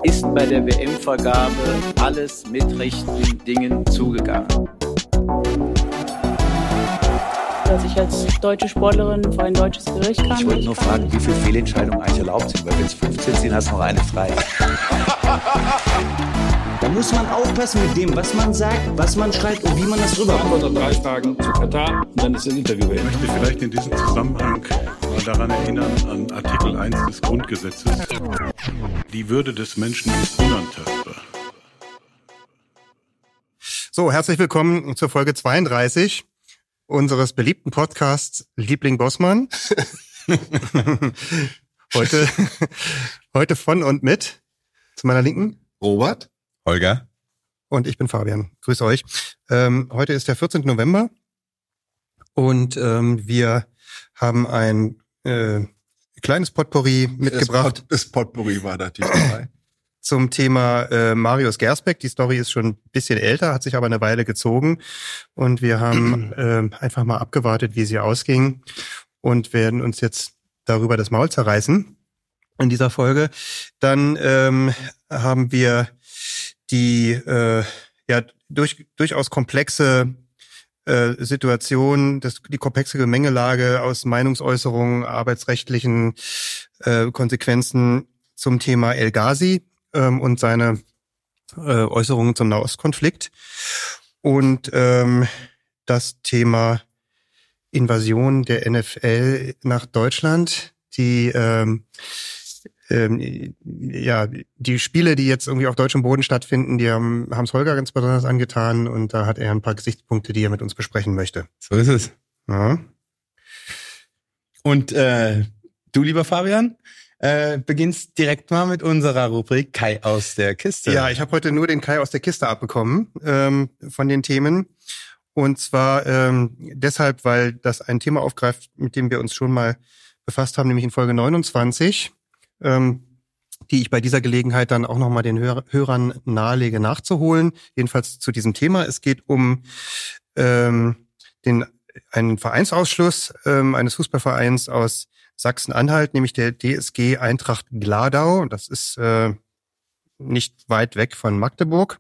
ist bei der WM-Vergabe alles mit rechten Dingen zugegangen. Dass ich als deutsche Sportlerin vor ein deutsches Gericht kann. Ich wollte nur fragen, wie viele Fehlentscheidungen eigentlich erlaubt sind, weil wenn es 15 sind, hast du noch eine frei. Da muss man aufpassen mit dem, was man sagt, was man schreibt und wie man das rüberkommt. Vor 3 Tagen zu Katar und dann ist das Interview beendet. Ich möchte vielleicht in diesem Zusammenhang mal daran erinnern, an Artikel 1 des Grundgesetzes. Die Würde des Menschen ist unantastbar. So, herzlich willkommen zur Folge 32 unseres beliebten Podcasts Liebling Bossmann. heute von und mit, zu meiner Linken, Robert, Holger und ich bin Fabian. Grüß euch. Heute ist der 14. November und wir haben ein kleines Potpourri mitgebracht. Das Potpourri war da dabei. Zum Thema Marius Gersbeck. Die Story ist schon ein bisschen älter, hat sich aber eine Weile gezogen. Und wir haben einfach mal abgewartet, wie sie ausging und werden uns jetzt darüber das Maul zerreißen in dieser Folge. Dann haben wir die durchaus komplexe Situation, die komplexe Gemengelage aus Meinungsäußerungen, arbeitsrechtlichen Konsequenzen zum Thema El Ghazi und seine Äußerungen zum Nahostkonflikt und das Thema Invasion der NFL nach Deutschland, die Spiele, die jetzt irgendwie auf deutschem Boden stattfinden, die haben es Holger ganz besonders angetan und da hat er ein paar Gesichtspunkte, die er mit uns besprechen möchte. So ist es. Ja. Und du, lieber Fabian, beginnst direkt mal mit unserer Rubrik Kai aus der Kiste. Ja, ich habe heute nur den Kai aus der Kiste abbekommen von den Themen. Und zwar deshalb, weil das ein Thema aufgreift, mit dem wir uns schon mal befasst haben, nämlich in Folge 29, die ich bei dieser Gelegenheit dann auch nochmal den Hörern nahelege nachzuholen. Jedenfalls zu diesem Thema. Es geht um einen Vereinsausschluss eines Fußballvereins aus Sachsen-Anhalt, nämlich der DSG Eintracht Gladau. Das ist nicht weit weg von Magdeburg.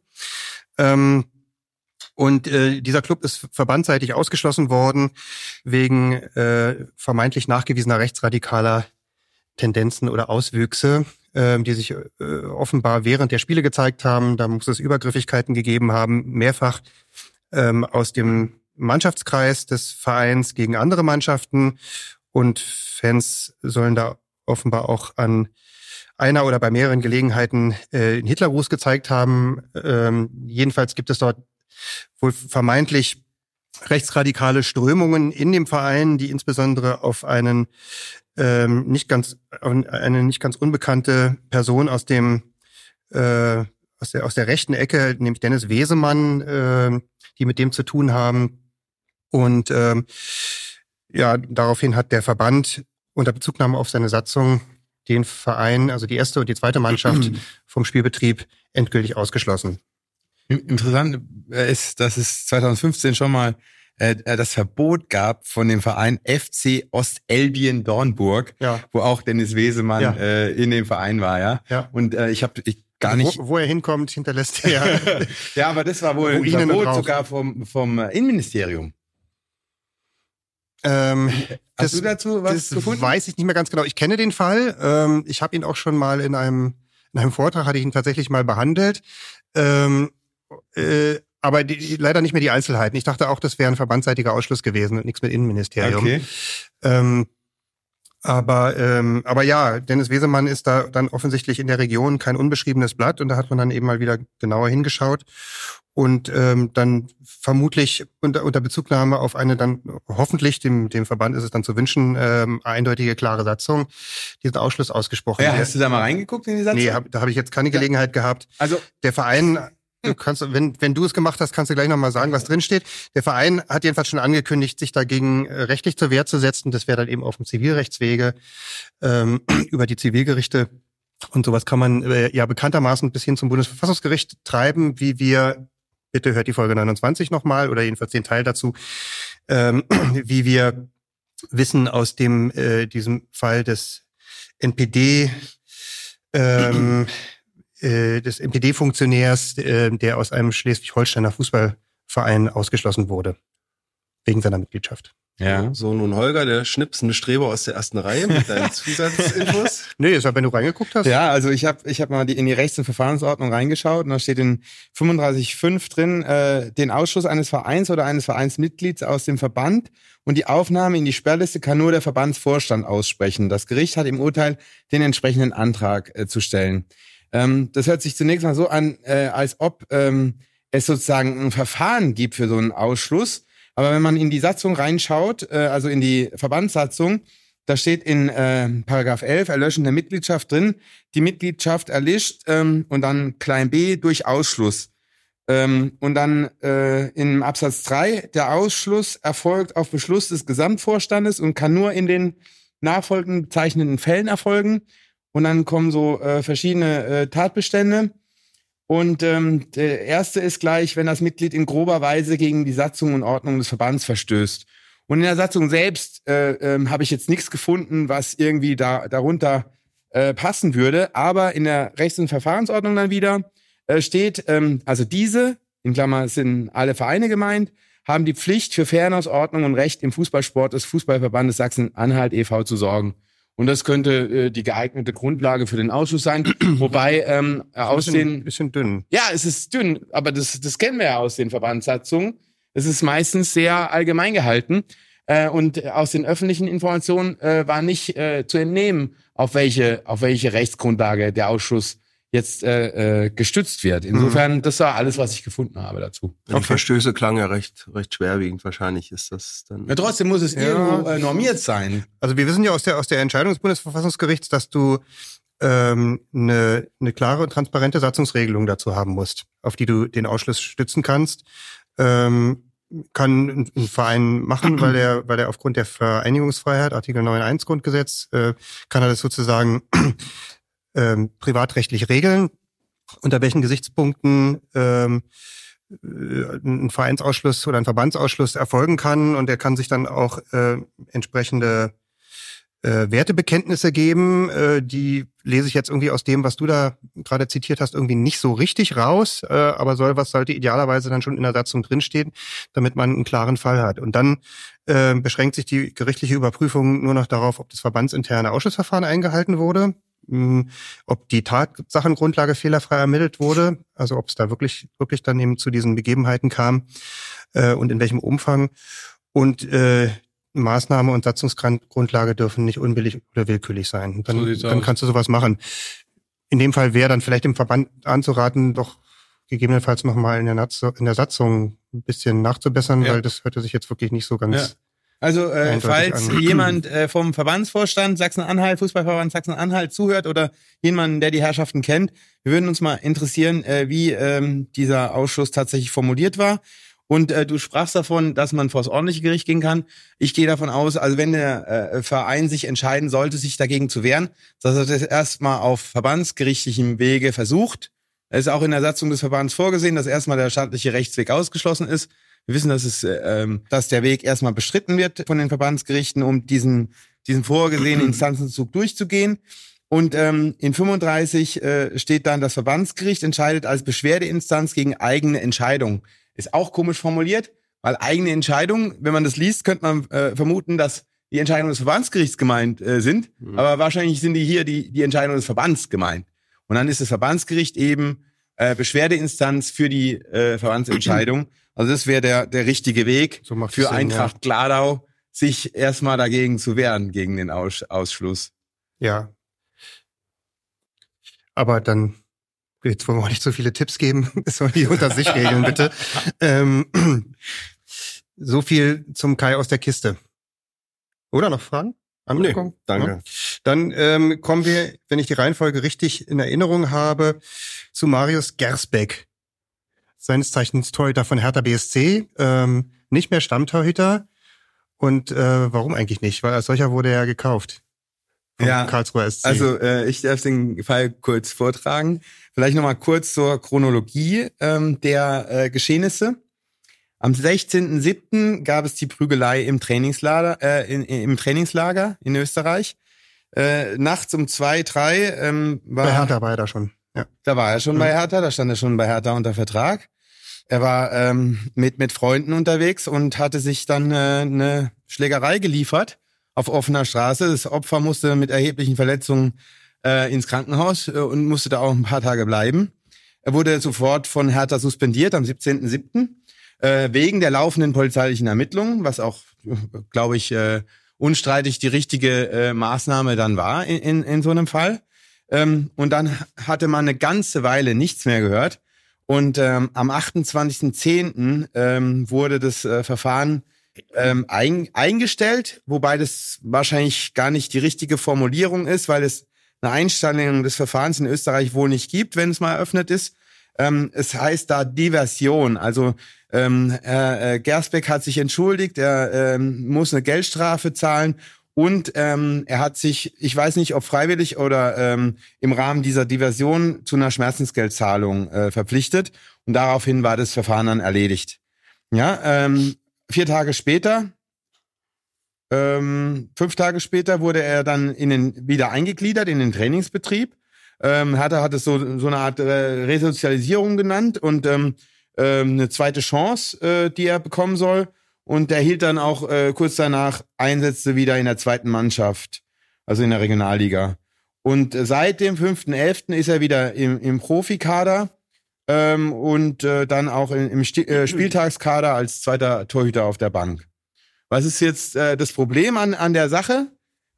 Und dieser Club ist verbandsseitig ausgeschlossen worden wegen vermeintlich nachgewiesener rechtsradikaler Tendenzen oder Auswüchse, die sich offenbar während der Spiele gezeigt haben. Da muss es Übergriffigkeiten gegeben haben, mehrfach aus dem Mannschaftskreis des Vereins gegen andere Mannschaften. Und Fans sollen da offenbar auch an einer oder bei mehreren Gelegenheiten einen Hitlergruß gezeigt haben. Jedenfalls gibt es dort wohl vermeintlich rechtsradikale Strömungen in dem Verein, die insbesondere auf eine nicht ganz unbekannte Person aus der rechten Ecke, nämlich Dennis Wesemann, die mit dem zu tun haben. Und daraufhin hat der Verband unter Bezugnahme auf seine Satzung den Verein, also die erste und die zweite Mannschaft vom Spielbetrieb endgültig ausgeschlossen. Interessant ist, dass es 2015 schon mal das Verbot gab von dem Verein FC Ostelbien Dornburg, ja, wo auch Dennis Wesemann in dem Verein war, ja. Und ich gar nicht. Wo er hinkommt, hinterlässt er. Ja, aber das war wohl ein Verbot sogar vom Innenministerium. Hast du dazu was gefunden? Weiß ich nicht mehr ganz genau. Ich kenne den Fall. Ich habe ihn auch schon mal in einem Vortrag, hatte ich ihn tatsächlich mal behandelt. Aber leider nicht mehr die Einzelheiten. Ich dachte auch, das wäre ein verbandsseitiger Ausschluss gewesen und nichts mit Innenministerium. Okay. Aber ja, Dennis Wesemann ist da dann offensichtlich in der Region kein unbeschriebenes Blatt und da hat man dann eben mal wieder genauer hingeschaut und dann vermutlich unter Bezugnahme auf eine dann hoffentlich, dem Verband ist es dann zu wünschen, eindeutige, klare Satzung, diesen Ausschluss ausgesprochen. Ja, hast du da mal reingeguckt in die Satzung? Nee, da habe ich jetzt keine Gelegenheit gehabt. Also der Verein... Du kannst, wenn du es gemacht hast, kannst du gleich nochmal sagen, was drin steht. Der Verein hat jedenfalls schon angekündigt, sich dagegen rechtlich zur Wehr zu setzen. Das wäre dann eben auf dem Zivilrechtswege über die Zivilgerichte. Und sowas kann man bekanntermaßen bis hin zum Bundesverfassungsgericht treiben, wie wir, bitte hört die Folge 29 nochmal oder jedenfalls den Teil dazu, wie wir wissen aus diesem Fall des NPD des MTD-Funktionärs, der aus einem Schleswig-Holsteiner Fußballverein ausgeschlossen wurde. Wegen seiner Mitgliedschaft. Ja. So, nun Holger, der schnipsende Streber aus der ersten Reihe mit deinen Zusatzinfos. Nee, ist aber, wenn du reingeguckt hast. Ja, also ich hab mal in die Rechts- und Verfahrensordnung reingeschaut und da steht in 35.5 drin, den Ausschluss eines Vereins oder eines Vereinsmitglieds aus dem Verband und die Aufnahme in die Sperrliste kann nur der Verbandsvorstand aussprechen. Das Gericht hat im Urteil den entsprechenden Antrag zu stellen. Das hört sich zunächst mal so an, als ob es sozusagen ein Verfahren gibt für so einen Ausschluss. Aber wenn man in die Satzung reinschaut, also in die Verbandssatzung, da steht in Paragraph 11 Erlöschen der Mitgliedschaft drin, die Mitgliedschaft erlischt und dann klein b durch Ausschluss. Und dann in Absatz 3, der Ausschluss erfolgt auf Beschluss des Gesamtvorstandes und kann nur in den nachfolgenden bezeichneten Fällen erfolgen. Und dann kommen so verschiedene Tatbestände. Und der erste ist gleich, wenn das Mitglied in grober Weise gegen die Satzung und Ordnung des Verbands verstößt. Und in der Satzung selbst habe ich jetzt nichts gefunden, was irgendwie darunter passen würde. Aber in der Rechts- und Verfahrensordnung dann wieder steht, also diese, in Klammern sind alle Vereine gemeint, haben die Pflicht für Fairness, Ordnung und Recht im Fußballsport des Fußballverbandes Sachsen-Anhalt e.V. zu sorgen. Und das könnte die geeignete Grundlage für den Ausschuss sein. Wobei aus den... Bisschen dünn. Ja, es ist dünn, aber das kennen wir ja aus den Verbandssatzungen. Es ist meistens sehr allgemein gehalten. Und aus den öffentlichen Informationen war nicht zu entnehmen, auf welche Rechtsgrundlage der Ausschuss jetzt gestützt wird. Insofern, das war alles, was ich gefunden habe dazu. Die Verstöße klangen ja recht schwerwiegend. Wahrscheinlich ist das dann... Ja, trotzdem muss es irgendwo normiert sein. Also wir wissen ja aus der Entscheidung des Bundesverfassungsgerichts, dass du eine klare und transparente Satzungsregelung dazu haben musst, auf die du den Ausschluss stützen kannst. Kann ein Verein machen, weil er aufgrund der Vereinigungsfreiheit, Artikel 9.1 Grundgesetz, kann er das sozusagen privatrechtlich regeln, unter welchen Gesichtspunkten ein Vereinsausschluss oder ein Verbandsausschluss erfolgen kann, und er kann sich dann auch entsprechende Wertebekenntnisse geben, die lese ich jetzt irgendwie aus dem, was du da gerade zitiert hast, irgendwie nicht so richtig raus, aber sollte idealerweise dann schon in der Satzung drinstehen, damit man einen klaren Fall hat. Und dann beschränkt sich die gerichtliche Überprüfung nur noch darauf, ob das verbandsinterne Ausschussverfahren eingehalten wurde, ob die Tatsachengrundlage fehlerfrei ermittelt wurde, also ob es da wirklich dann eben zu diesen Begebenheiten kam und in welchem Umfang. Und Maßnahme und Satzungsgrundlage dürfen nicht unbillig oder willkürlich sein. Dann kannst du sowas machen. In dem Fall wäre dann vielleicht dem Verband anzuraten, doch gegebenenfalls nochmal in der Satzung ein bisschen nachzubessern, weil das hörte sich jetzt wirklich nicht so ganz... Ja. Also falls jemand vom Verbandsvorstand Sachsen-Anhalt, Fußballverband Sachsen-Anhalt zuhört oder jemand, der die Herrschaften kennt, wir würden uns mal interessieren, wie dieser Ausschuss tatsächlich formuliert war. Und du sprachst davon, dass man vor das ordentliche Gericht gehen kann. Ich gehe davon aus, also wenn der Verein sich entscheiden sollte, sich dagegen zu wehren, dass er das erstmal auf verbandsgerichtlichem Wege versucht. Es ist auch in der Satzung des Verbands vorgesehen, dass erstmal der staatliche Rechtsweg ausgeschlossen ist. Wir wissen, dass der Weg erstmal bestritten wird von den Verbandsgerichten, um diesen vorgesehenen Instanzenzug durchzugehen. Und in 35 steht dann, das Verbandsgericht entscheidet als Beschwerdeinstanz gegen eigene Entscheidung. Ist auch komisch formuliert, weil eigene Entscheidung, wenn man das liest, könnte man vermuten, dass die Entscheidungen des Verbandsgerichts gemeint sind. Aber wahrscheinlich sind die Entscheidungen des Verbands gemeint. Und dann ist das Verbandsgericht eben Beschwerdeinstanz für die Verbandsentscheidung. Also das wäre der richtige Weg für Eintracht Gladau, sich erstmal dagegen zu wehren, gegen den Ausschluss. Ja. Aber dann, jetzt wollen wir auch nicht so viele Tipps geben, das sollen die unter sich regeln, bitte. So viel zum Kai aus der Kiste. Oder noch Fragen? Nee, danke. Ja. Dann kommen wir, wenn ich die Reihenfolge richtig in Erinnerung habe, zu Marius Gersbeck. Seines Zeichens Torhüter von Hertha BSC, nicht mehr Stammtorhüter. Und warum eigentlich nicht? Weil als solcher wurde er gekauft. Ja, Karlsruher SC. Also ich darf den Fall kurz vortragen. Vielleicht nochmal kurz zur Chronologie der Geschehnisse. Am 16.07. gab es die Prügelei im Trainingslager in Österreich. Nachts um 2, 3 bei Hertha war er da schon. Ja. Da war er schon bei Hertha, da stand er schon bei Hertha unter Vertrag. Er war mit Freunden unterwegs und hatte sich dann eine Schlägerei geliefert auf offener Straße. Das Opfer musste mit erheblichen Verletzungen ins Krankenhaus und musste da auch ein paar Tage bleiben. Er wurde sofort von Hertha suspendiert am 17.07. Wegen der laufenden polizeilichen Ermittlungen, was auch, glaube ich, unstreitig die richtige Maßnahme dann war in so einem Fall. Und dann hatte man eine ganze Weile nichts mehr gehört. Und am 28.10. Wurde das Verfahren eingestellt, wobei das wahrscheinlich gar nicht die richtige Formulierung ist, weil es eine Einstellung des Verfahrens in Österreich wohl nicht gibt, wenn es mal eröffnet ist. Es heißt da Diversion, also Gersbeck hat sich entschuldigt, er muss eine Geldstrafe zahlen und er hat sich, ich weiß nicht, ob freiwillig oder im Rahmen dieser Diversion zu einer Schmerzensgeldzahlung verpflichtet und daraufhin war das Verfahren dann erledigt. Ja, 5 Tage später wurde er dann wieder eingegliedert in den Trainingsbetrieb. Hertha hat es so eine Art Resozialisierung genannt und eine zweite Chance, die er bekommen soll. Und er erhielt dann auch kurz danach Einsätze wieder in der zweiten Mannschaft, also in der Regionalliga. Und seit dem 5.11. ist er wieder im Profikader und dann auch im Spieltagskader als zweiter Torhüter auf der Bank. Was ist jetzt das Problem an der Sache?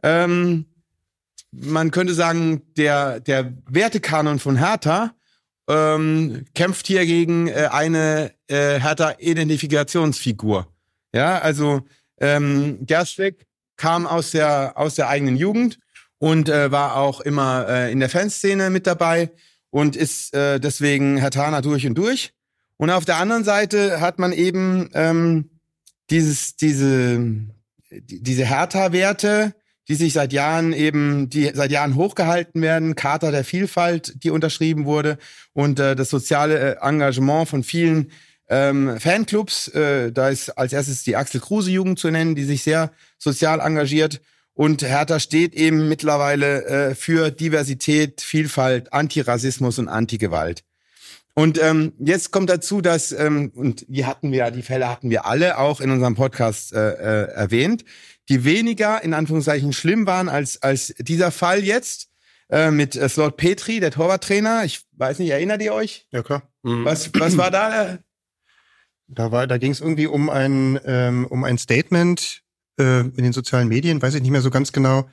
Man könnte sagen, der Wertekanon von Hertha kämpft hier gegen eine Hertha-Identifikationsfigur. Ja, also Gersbeck kam aus der eigenen Jugend und war auch immer in der Fanszene mit dabei und ist deswegen Herthaner durch und durch. Und auf der anderen Seite hat man eben diese Hertha-Werte, die seit Jahren hochgehalten werden, Charta der Vielfalt, die unterschrieben wurde und das soziale Engagement von vielen Fanclubs. Da ist als erstes die Axel Kruse Jugend zu nennen, die sich sehr sozial engagiert. Und Hertha steht eben mittlerweile für Diversität, Vielfalt, Antirassismus und Antigewalt. Und jetzt kommt dazu, dass und die Fälle hatten wir alle auch in unserem Podcast erwähnt, die weniger in Anführungszeichen schlimm waren als dieser Fall jetzt mit Slot Petri, der Torwarttrainer. Ich weiß nicht, erinnert ihr euch? Ja, klar. Mhm. Was war da? Da ging es irgendwie um ein Statement in den sozialen Medien, weiß ich nicht mehr so ganz genau,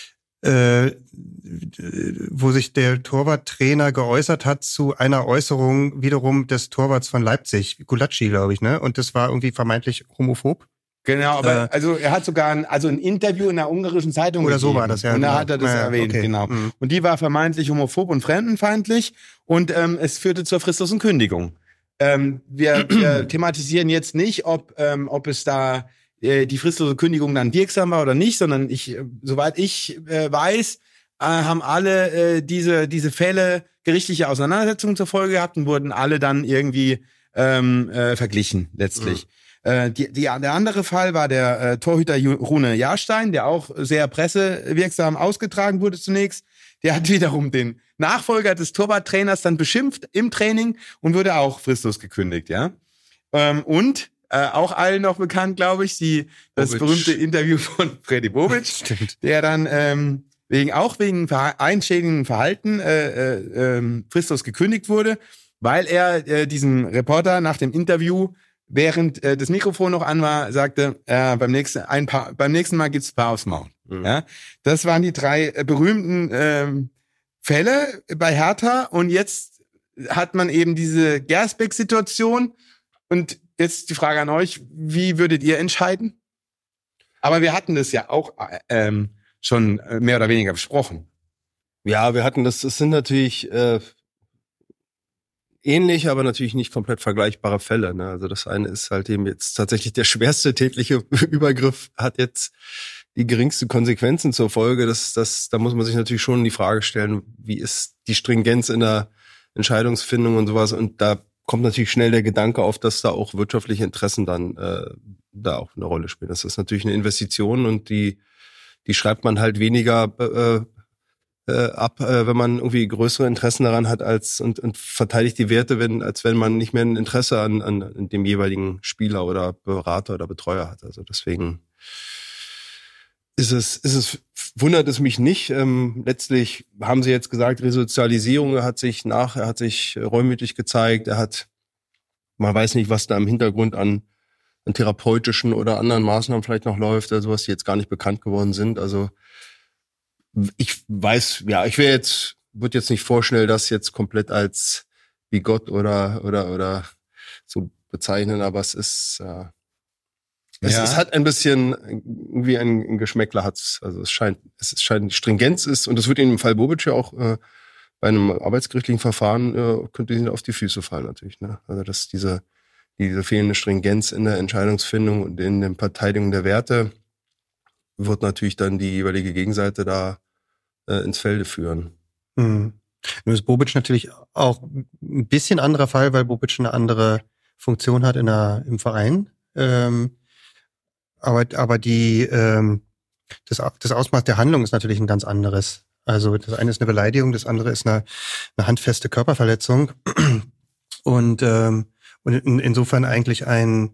wo sich der Torwarttrainer geäußert hat zu einer Äußerung wiederum des Torwarts von Leipzig, Gulaschi, glaube ich, ne? Und das war irgendwie vermeintlich homophob. Genau, aber also er hat sogar ein Interview in einer ungarischen Zeitung oder gegeben. So war das, ja. Und da hat er das erwähnt, okay. Genau. Mhm. Und die war vermeintlich homophob und fremdenfeindlich und es führte zur fristlosen Kündigung. Wir thematisieren jetzt nicht, ob es da die fristlose Kündigung dann wirksam war oder nicht, sondern soweit ich weiß, haben alle diese Fälle gerichtliche Auseinandersetzungen zur Folge gehabt und wurden alle dann irgendwie verglichen letztlich. Mhm. Der andere Fall war der Torhüter Rune Jahrstein, der auch sehr pressewirksam ausgetragen wurde zunächst. Der hat wiederum den Nachfolger des Torwarttrainers dann beschimpft im Training und wurde auch fristlos gekündigt, ja. Und auch allen noch bekannt, glaube ich, das berühmte Interview von Freddy Bobic, der dann wegen vereinschädigenden Verhalten fristlos gekündigt wurde, weil er diesem Reporter nach dem Interview, während das Mikrofon noch an war, sagte, beim nächsten Mal gibt's ein paar aufs Maul. Mhm. Ja, das waren die 3 berühmten Fälle bei Hertha und jetzt hat man eben diese Gersbeck-Situation und jetzt die Frage an euch, wie würdet ihr entscheiden? Aber wir hatten das ja auch schon mehr oder weniger besprochen. Ja, wir hatten das. Es sind natürlich ähnlich, aber natürlich nicht komplett vergleichbare Fälle. Ne? Also das eine ist halt eben jetzt tatsächlich der schwerste tätliche Übergriff, hat jetzt die geringste Konsequenzen zur Folge. Da muss man sich natürlich schon die Frage stellen, wie ist die Stringenz in der Entscheidungsfindung und sowas. Und da kommt natürlich schnell der Gedanke auf, dass da auch wirtschaftliche Interessen dann da auch eine Rolle spielen. Das ist natürlich eine Investition und die schreibt man halt weniger wenn man irgendwie größere Interessen daran hat und verteidigt die Werte, als wenn man nicht mehr ein Interesse an dem jeweiligen Spieler oder Berater oder Betreuer hat. Also deswegen wundert es mich nicht. Letztlich haben sie jetzt gesagt, Resozialisierung, er hat sich reumütig gezeigt, man weiß nicht, was da im Hintergrund an therapeutischen oder anderen Maßnahmen vielleicht noch läuft, also was jetzt gar nicht bekannt geworden sind. Also ich weiß, ja, würde jetzt nicht vorschnell das jetzt komplett als bigott oder so bezeichnen, aber es hat ein bisschen irgendwie ein Geschmäckler hat's. Also es scheint Stringenz ist, und das wird im Fall Bobic ja auch bei einem arbeitsgerichtlichen Verfahren könnte ihnen auf die Füße fallen natürlich, ne? Also dass diese fehlende Stringenz in der Entscheidungsfindung und in der Verteidigung der Werte wird natürlich dann die jeweilige Gegenseite da ins Felde führen. Nun ist Bobic natürlich auch ein bisschen anderer Fall, weil Bobic eine andere Funktion hat im Verein. Aber das Ausmaß der Handlung ist natürlich ein ganz anderes. Also das eine ist eine Beleidigung, das andere ist eine handfeste Körperverletzung. Und insofern eigentlich ein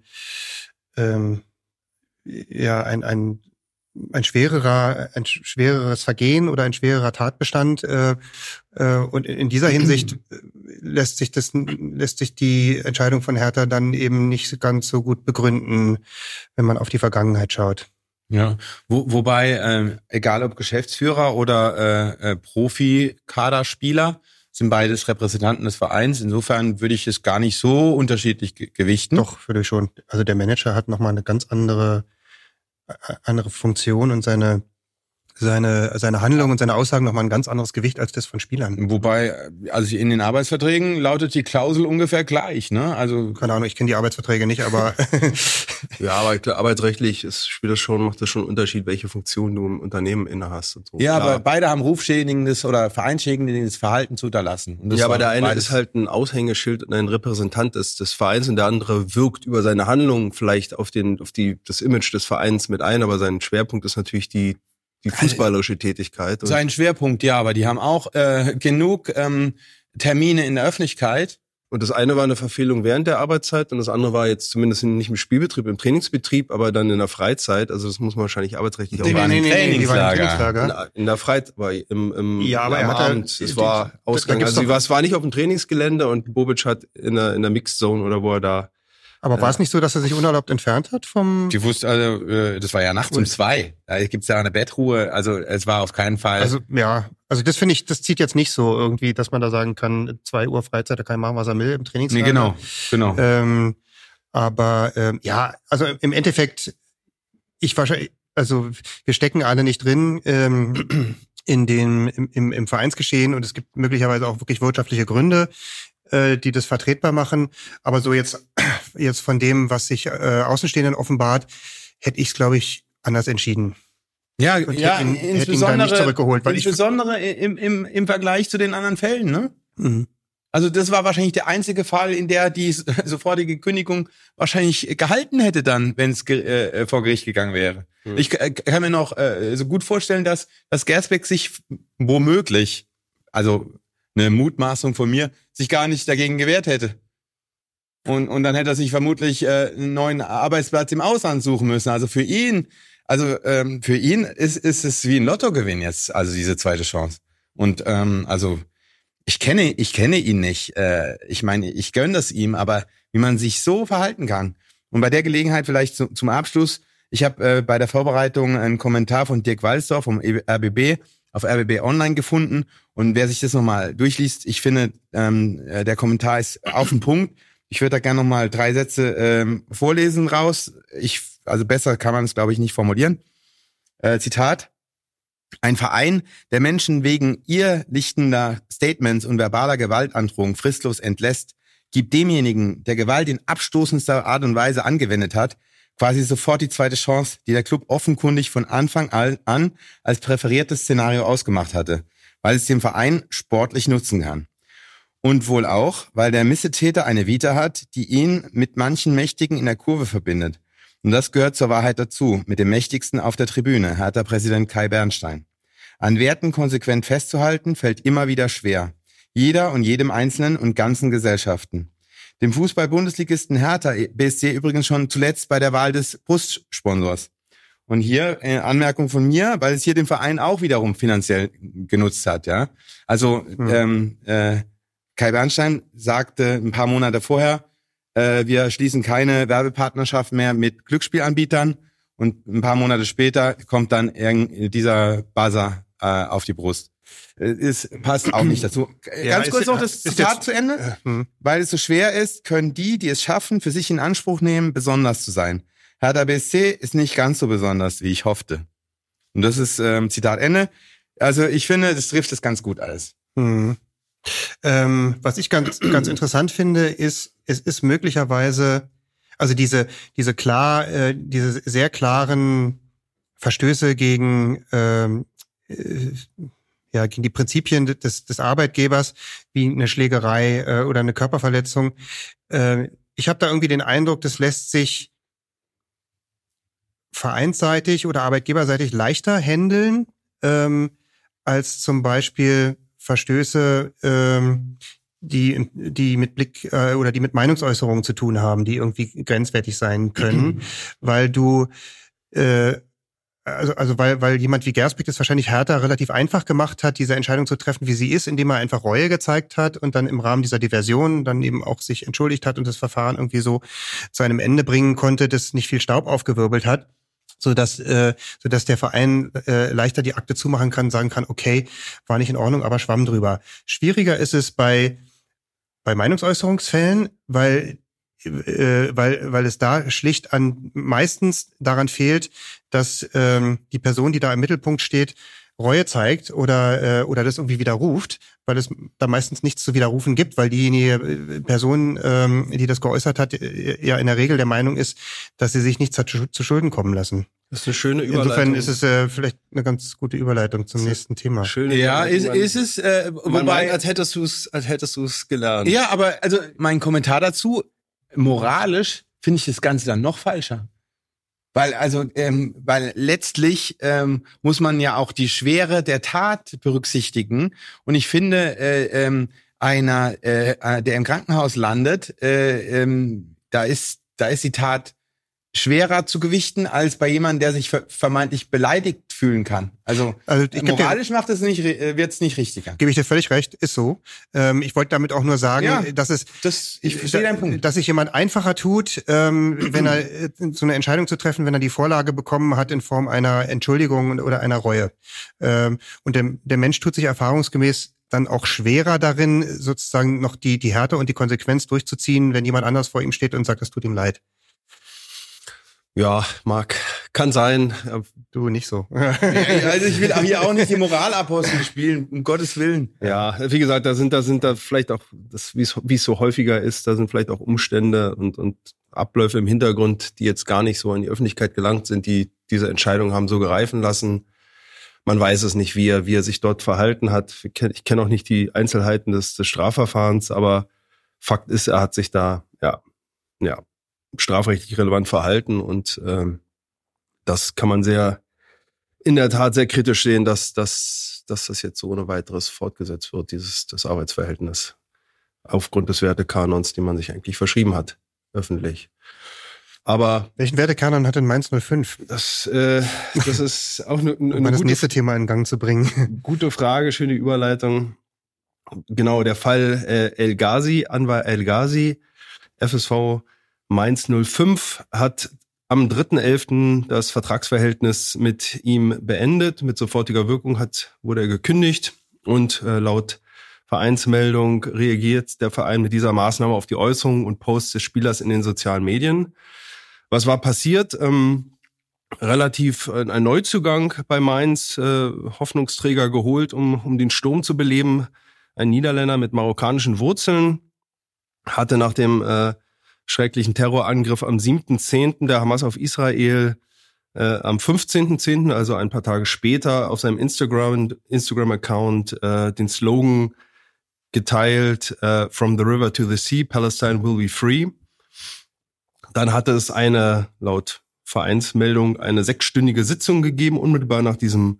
schwereres Vergehen oder ein schwererer Tatbestand. Und in dieser Hinsicht lässt sich die Entscheidung von Hertha dann eben nicht ganz so gut begründen, wenn man auf die Vergangenheit schaut. Ja, wobei, egal ob Geschäftsführer oder Profi-Kaderspieler, sind beides Repräsentanten des Vereins. Insofern würde ich es gar nicht so unterschiedlich gewichten. Doch, würde ich schon. Also der Manager hat nochmal eine ganz andere Funktion und seine Handlung und seine Aussagen nochmal ein ganz anderes Gewicht als das von Spielern. Wobei, also in den Arbeitsverträgen lautet die Klausel ungefähr gleich, ne? Also keine Ahnung, ich kenne die Arbeitsverträge nicht, aber ja, aber klar, arbeitsrechtlich macht das schon einen Unterschied, welche Funktion du im Unternehmen innehast und so. Ja, klar. Aber beide haben rufschädigendes oder vereinschädigendes Verhalten zu unterlassen. Und aber der eine ist halt ein Aushängeschild und ein Repräsentant des Vereins, und der andere wirkt über seine Handlungen vielleicht auf das Image des Vereins mit ein, aber sein Schwerpunkt ist natürlich die fußballerische Tätigkeit. Sein Schwerpunkt, ja, aber die haben auch genug Termine in der Öffentlichkeit. Und das eine war eine Verfehlung während der Arbeitszeit und das andere war jetzt zumindest nicht im Spielbetrieb, im Trainingsbetrieb, aber dann in der Freizeit. Also das muss man wahrscheinlich arbeitsrechtlich auch machen. Trainingslager. In der Freizeit, aber am Abend. Es war Ausgang. Also es war nicht auf dem Trainingsgelände und Bobic hat in der Mixed Zone oder wo er da. Aber war es nicht so, dass er sich unerlaubt entfernt hat vom... Die wusste, also das war ja nachts um 2. Da gibt's ja eine Bettruhe. Also es war auf keinen Fall... Also das finde ich, das zieht jetzt nicht so irgendwie, dass man da sagen kann, 2 Uhr Freizeit, da kann er machen, was er will im Trainingslager. Nee, genau. Aber also im Endeffekt, wir stecken alle nicht drin im Vereinsgeschehen und es gibt möglicherweise auch wirklich wirtschaftliche Gründe, die das vertretbar machen. Aber so jetzt von dem, was sich Außenstehenden offenbart, hätte ich es, glaube ich, anders entschieden. Ja, hätte ihn dann nicht zurückgeholt. Weil insbesondere im Vergleich zu den anderen Fällen, ne? Mhm. Also das war wahrscheinlich der einzige Fall, in der die sofortige Kündigung wahrscheinlich gehalten hätte dann, wenn es vor Gericht gegangen wäre. Mhm. Ich kann mir noch so gut vorstellen, dass Gersbeck sich womöglich, also eine Mutmaßung von mir, sich gar nicht dagegen gewehrt hätte. Und dann hätte er sich vermutlich einen neuen Arbeitsplatz im Ausland suchen müssen. Also für ihn ist es wie ein Lottogewinn jetzt, also diese zweite Chance. Und ich kenne ihn nicht. Ich meine, ich gönne das ihm, aber wie man sich so verhalten kann. Und bei der Gelegenheit vielleicht zum Abschluss, ich habe bei der Vorbereitung einen Kommentar von Dirk Walsdorf vom RBB auf RBB Online gefunden. Und wer sich das nochmal durchliest, ich finde, der Kommentar ist auf den Punkt. Ich würde da gerne nochmal 3 Sätze vorlesen raus. Also besser kann man es, glaube ich, nicht formulieren. Zitat. Ein Verein, der Menschen wegen irrlichtender Statements und verbaler Gewaltandrohung fristlos entlässt, gibt demjenigen, der Gewalt in abstoßendster Art und Weise angewendet hat, quasi sofort die zweite Chance, die der Club offenkundig von Anfang an als präferiertes Szenario ausgemacht hatte, weil es dem Verein sportlich nutzen kann. Und wohl auch, weil der Missetäter eine Vita hat, die ihn mit manchen Mächtigen in der Kurve verbindet. Und das gehört zur Wahrheit dazu, mit dem Mächtigsten auf der Tribüne, Hertha-Präsident Kai Bernstein. An Werten konsequent festzuhalten, fällt immer wieder schwer. Jeder und jedem Einzelnen und ganzen Gesellschaften. Dem Fußball-Bundesligisten Hertha BSC übrigens schon zuletzt bei der Wahl des Brustsponsors. Und hier Anmerkung von mir, weil es hier den Verein auch wiederum finanziell genutzt hat, ja. Also Kai Bernstein sagte ein paar Monate vorher, wir schließen keine Werbepartnerschaft mehr mit Glücksspielanbietern, und ein paar Monate später kommt dann dieser Buzzer auf die Brust. Es passt auch nicht dazu. Ganz kurz noch das Zitat zu Ende. Weil es so schwer ist, können die es schaffen, für sich in Anspruch nehmen, besonders zu sein. Hertha BSC ist nicht ganz so besonders, wie ich hoffte. Und das ist Zitat Ende. Also ich finde, das trifft es ganz gut alles. Was ich ganz interessant finde, ist, es ist möglicherweise, also diese sehr klaren Verstöße gegen gegen die Prinzipien des Arbeitgebers, wie eine Schlägerei oder eine Körperverletzung. Ich habe da irgendwie den Eindruck, das lässt sich vereinsseitig oder arbeitgeberseitig leichter handeln, als zum Beispiel Verstöße, die mit Blick oder die mit Meinungsäußerungen zu tun haben, die irgendwie grenzwertig sein können, weil du weil jemand wie Gersbeck das wahrscheinlich Hertha relativ einfach gemacht hat, diese Entscheidung zu treffen, wie sie ist, indem er einfach Reue gezeigt hat und dann im Rahmen dieser Diversion dann eben auch sich entschuldigt hat und das Verfahren irgendwie so zu einem Ende bringen konnte, das nicht viel Staub aufgewirbelt hat, sodass der Verein leichter die Akte zumachen kann, sagen kann, okay, war nicht in Ordnung, aber schwamm drüber. Schwieriger ist es bei Meinungsäußerungsfällen, weil es da schlicht meistens daran fehlt, dass die Person, die da im Mittelpunkt steht, Reue zeigt oder das irgendwie widerruft, weil es da meistens nichts zu widerrufen gibt, weil diejenige Person, die das geäußert hat, ja in der Regel der Meinung ist, dass sie sich nichts hat zu Schulden kommen lassen. Das ist eine schöne Überleitung. Insofern ist es vielleicht eine ganz gute Überleitung zum nächsten Thema. Schöne ist es. Wobei, als hättest du es gelernt. Ja, aber also mein Kommentar dazu, moralisch finde ich das Ganze dann noch falscher. Weil letztlich muss man ja auch die Schwere der Tat berücksichtigen. Und ich finde, einer, der im Krankenhaus landet, da ist die Tat schwerer zu gewichten als bei jemandem, der sich vermeintlich beleidigt fühlen kann. Also moralisch wird's nicht richtiger. Gebe ich dir völlig recht, ist so. Ich wollte damit auch nur sagen, ich verstehe deinen Punkt. Dass sich jemand einfacher tut, wenn er so eine Entscheidung zu treffen, wenn er die Vorlage bekommen hat in Form einer Entschuldigung oder einer Reue. Und der Mensch tut sich erfahrungsgemäß dann auch schwerer darin, sozusagen noch die Härte und die Konsequenz durchzuziehen, wenn jemand anders vor ihm steht und sagt, das tut ihm leid. Ja, kann sein. Du nicht so. Also ich will hier auch nicht die Moralapostel spielen, um Gottes Willen. Ja, wie gesagt, da sind da vielleicht auch, wie es so häufiger ist, da sind vielleicht auch Umstände und Abläufe im Hintergrund, die jetzt gar nicht so in die Öffentlichkeit gelangt sind, die diese Entscheidung haben so gereifen lassen. Man weiß es nicht, wie er sich dort verhalten hat. Ich kenne auch nicht die Einzelheiten des Strafverfahrens, aber Fakt ist, er hat sich da strafrechtlich relevant verhalten und das kann man in der Tat sehr kritisch sehen, dass das jetzt so ohne weiteres fortgesetzt wird, das Arbeitsverhältnis aufgrund des Wertekanons, den man sich eigentlich verschrieben hat, öffentlich. Aber welchen Wertekanon hat denn Mainz 05? Das ist auch eine das nächste Thema in Gang zu bringen. Gute Frage, schöne Überleitung. Genau, der Fall Anwar El Ghazi, FSV Mainz 05 hat am 3.11. das Vertragsverhältnis mit ihm beendet. Mit sofortiger Wirkung wurde er gekündigt und laut Vereinsmeldung reagiert der Verein mit dieser Maßnahme auf die Äußerungen und Posts des Spielers in den sozialen Medien. Was war passiert? Relativ ein Neuzugang bei Mainz, Hoffnungsträger geholt, um den Sturm zu beleben. Ein Niederländer mit marokkanischen Wurzeln hatte nach dem schrecklichen Terrorangriff am 7.10. der Hamas auf Israel am 15.10., also ein paar Tage später, auf seinem Instagram-Account den Slogan geteilt, From the river to the sea, Palestine will be free. Dann hatte es laut Vereinsmeldung eine 6-stündige Sitzung gegeben, unmittelbar nach diesem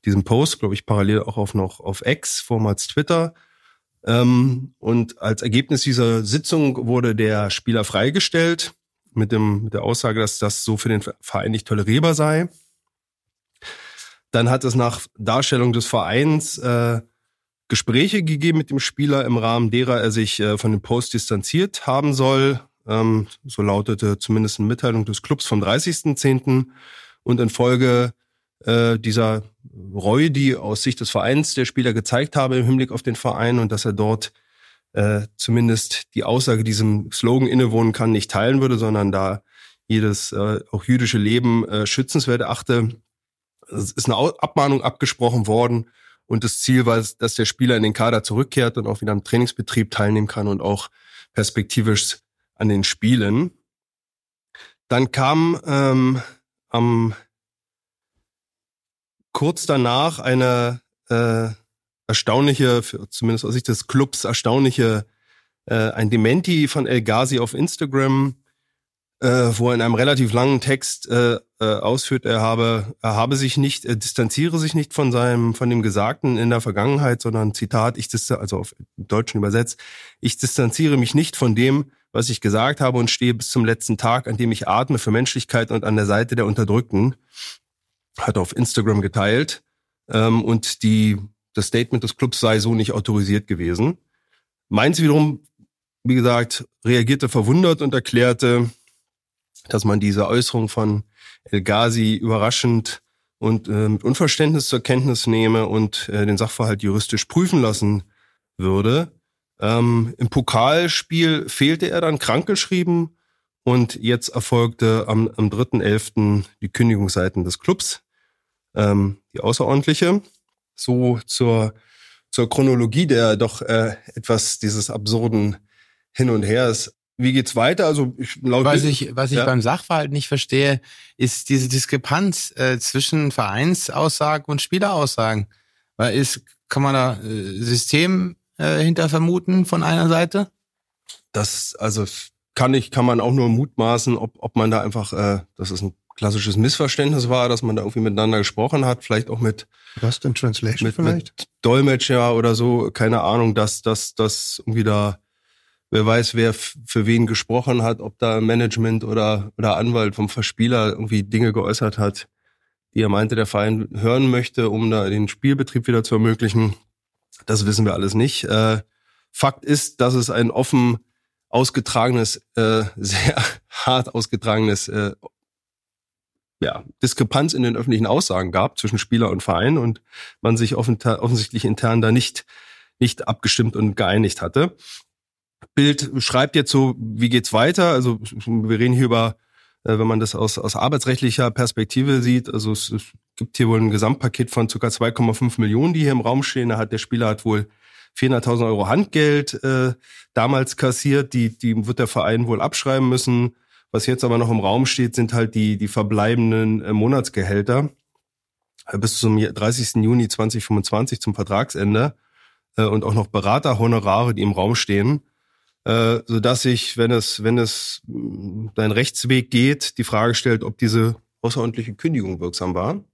diesem Post, glaube ich, parallel auch noch auf X, vormals Twitter. Und als Ergebnis dieser Sitzung wurde der Spieler freigestellt mit der Aussage, dass das so für den Verein nicht tolerierbar sei. Dann hat es nach Darstellung des Vereins Gespräche gegeben mit dem Spieler, im Rahmen derer er sich von dem Post distanziert haben soll. So lautete zumindest eine Mitteilung des Clubs vom 30.10. Und infolge dieser Reue, die aus Sicht des Vereins der Spieler gezeigt habe im Hinblick auf den Verein und dass er dort zumindest die Aussage diesem Slogan innewohnen kann, nicht teilen würde, sondern da jedes auch jüdische Leben schützenswert achte. Es ist eine Abmahnung abgesprochen worden und das Ziel war, dass der Spieler in den Kader zurückkehrt und auch wieder am Trainingsbetrieb teilnehmen kann und auch perspektivisch an den Spielen. Dann kam kurz danach eine erstaunliche, zumindest aus Sicht des Clubs, ein Dementi von El Ghazi auf Instagram, wo er in einem relativ langen Text ausführt, er distanziere sich nicht von dem Gesagten in der Vergangenheit, sondern Zitat, also auf Deutschen übersetzt, ich distanziere mich nicht von dem, was ich gesagt habe und stehe bis zum letzten Tag, an dem ich atme für Menschlichkeit und an der Seite der Unterdrückten, hat er auf Instagram geteilt, und das Statement des Clubs sei so nicht autorisiert gewesen. Mainz wiederum, wie gesagt, reagierte verwundert und erklärte, dass man diese Äußerung von El Ghazi überraschend und mit Unverständnis zur Kenntnis nehme und den Sachverhalt juristisch prüfen lassen würde. Im Pokalspiel fehlte er dann krankgeschrieben und jetzt erfolgte am 3.11. die Kündigung seitens des Clubs, die außerordentliche. So zur Chronologie der doch etwas dieses absurden Hin und Hers. Wie geht's weiter? Also was ich beim Sachverhalt nicht verstehe, ist diese Diskrepanz zwischen Vereinsaussagen und Spieleraussagen. Kann man da System hinter vermuten von einer Seite? Das kann man auch nur mutmaßen, ob man da einfach, dass es ein klassisches Missverständnis war, dass man da irgendwie miteinander gesprochen hat, vielleicht auch mit Lost in Translation mit Dolmetscher oder so, keine Ahnung, dass irgendwie da, wer weiß, wer für wen gesprochen hat, ob da Management oder Anwalt vom Verspieler irgendwie Dinge geäußert hat, die er meinte, der Verein hören möchte, um da den Spielbetrieb wieder zu ermöglichen. Das wissen wir alles nicht. Fakt ist, dass es ein offen ausgetragenes, sehr hart ausgetragenes Diskrepanz in den öffentlichen Aussagen gab zwischen Spieler und Verein und man sich offensichtlich intern da nicht abgestimmt und geeinigt hatte. Bild schreibt jetzt so, wie geht's weiter? Also wir reden hier über, wenn man das aus arbeitsrechtlicher Perspektive sieht, also es gibt hier wohl ein Gesamtpaket von ca. 2,5 Millionen, die hier im Raum stehen. Der Spieler hat wohl 400.000 Euro Handgeld damals kassiert, die wird der Verein wohl abschreiben müssen. Was jetzt aber noch im Raum steht, sind halt die verbleibenden Monatsgehälter bis zum 30. Juni 2025 zum Vertragsende und auch noch Beraterhonorare, die im Raum stehen, sodass sich, wenn es deinen Rechtsweg geht, die Frage stellt, ob diese außerordentliche Kündigung wirksam war.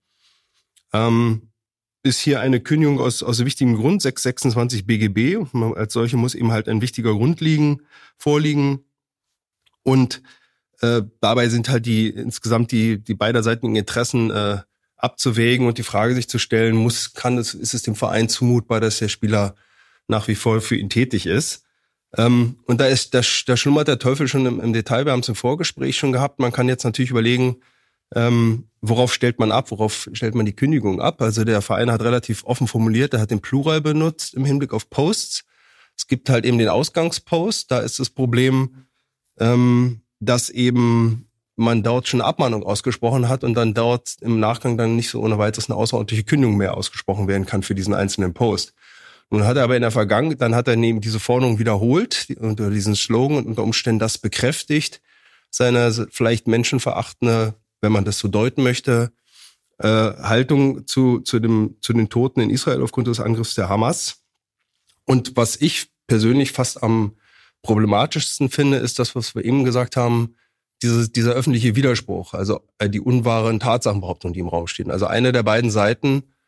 Ist hier eine Kündigung aus wichtigem Grund, 626 BGB. Als solche muss eben halt ein wichtiger Grund vorliegen. Und dabei sind halt insgesamt die beiderseitigen Interessen abzuwägen und die Frage sich zu stellen, ist es dem Verein zumutbar, dass der Spieler nach wie vor für ihn tätig ist. Und da schlummert der Teufel schon im Detail. Wir haben es im Vorgespräch schon gehabt. Man kann jetzt natürlich überlegen, worauf stellt man die Kündigung ab? Also der Verein hat relativ offen formuliert, er hat den Plural benutzt im Hinblick auf Posts. Es gibt halt eben den Ausgangspost. Da ist das Problem, dass eben man dort schon eine Abmahnung ausgesprochen hat und dann dort im Nachgang dann nicht so ohne weiteres eine außerordentliche Kündigung mehr ausgesprochen werden kann für diesen einzelnen Post. Nun hat er aber in der Vergangenheit, dann hat er neben diese Forderung wiederholt, unter diesen Slogan und unter Umständen das bekräftigt, seine vielleicht menschenverachtende, wenn man das so deuten möchte, Haltung zu den Toten in Israel aufgrund des Angriffs der Hamas. Und was ich persönlich fast am problematischsten finde, ist das, was wir eben gesagt haben, dieser öffentliche Widerspruch, also die unwahren Tatsachenbehauptungen, die im Raum stehen. Also eine der beiden Seiten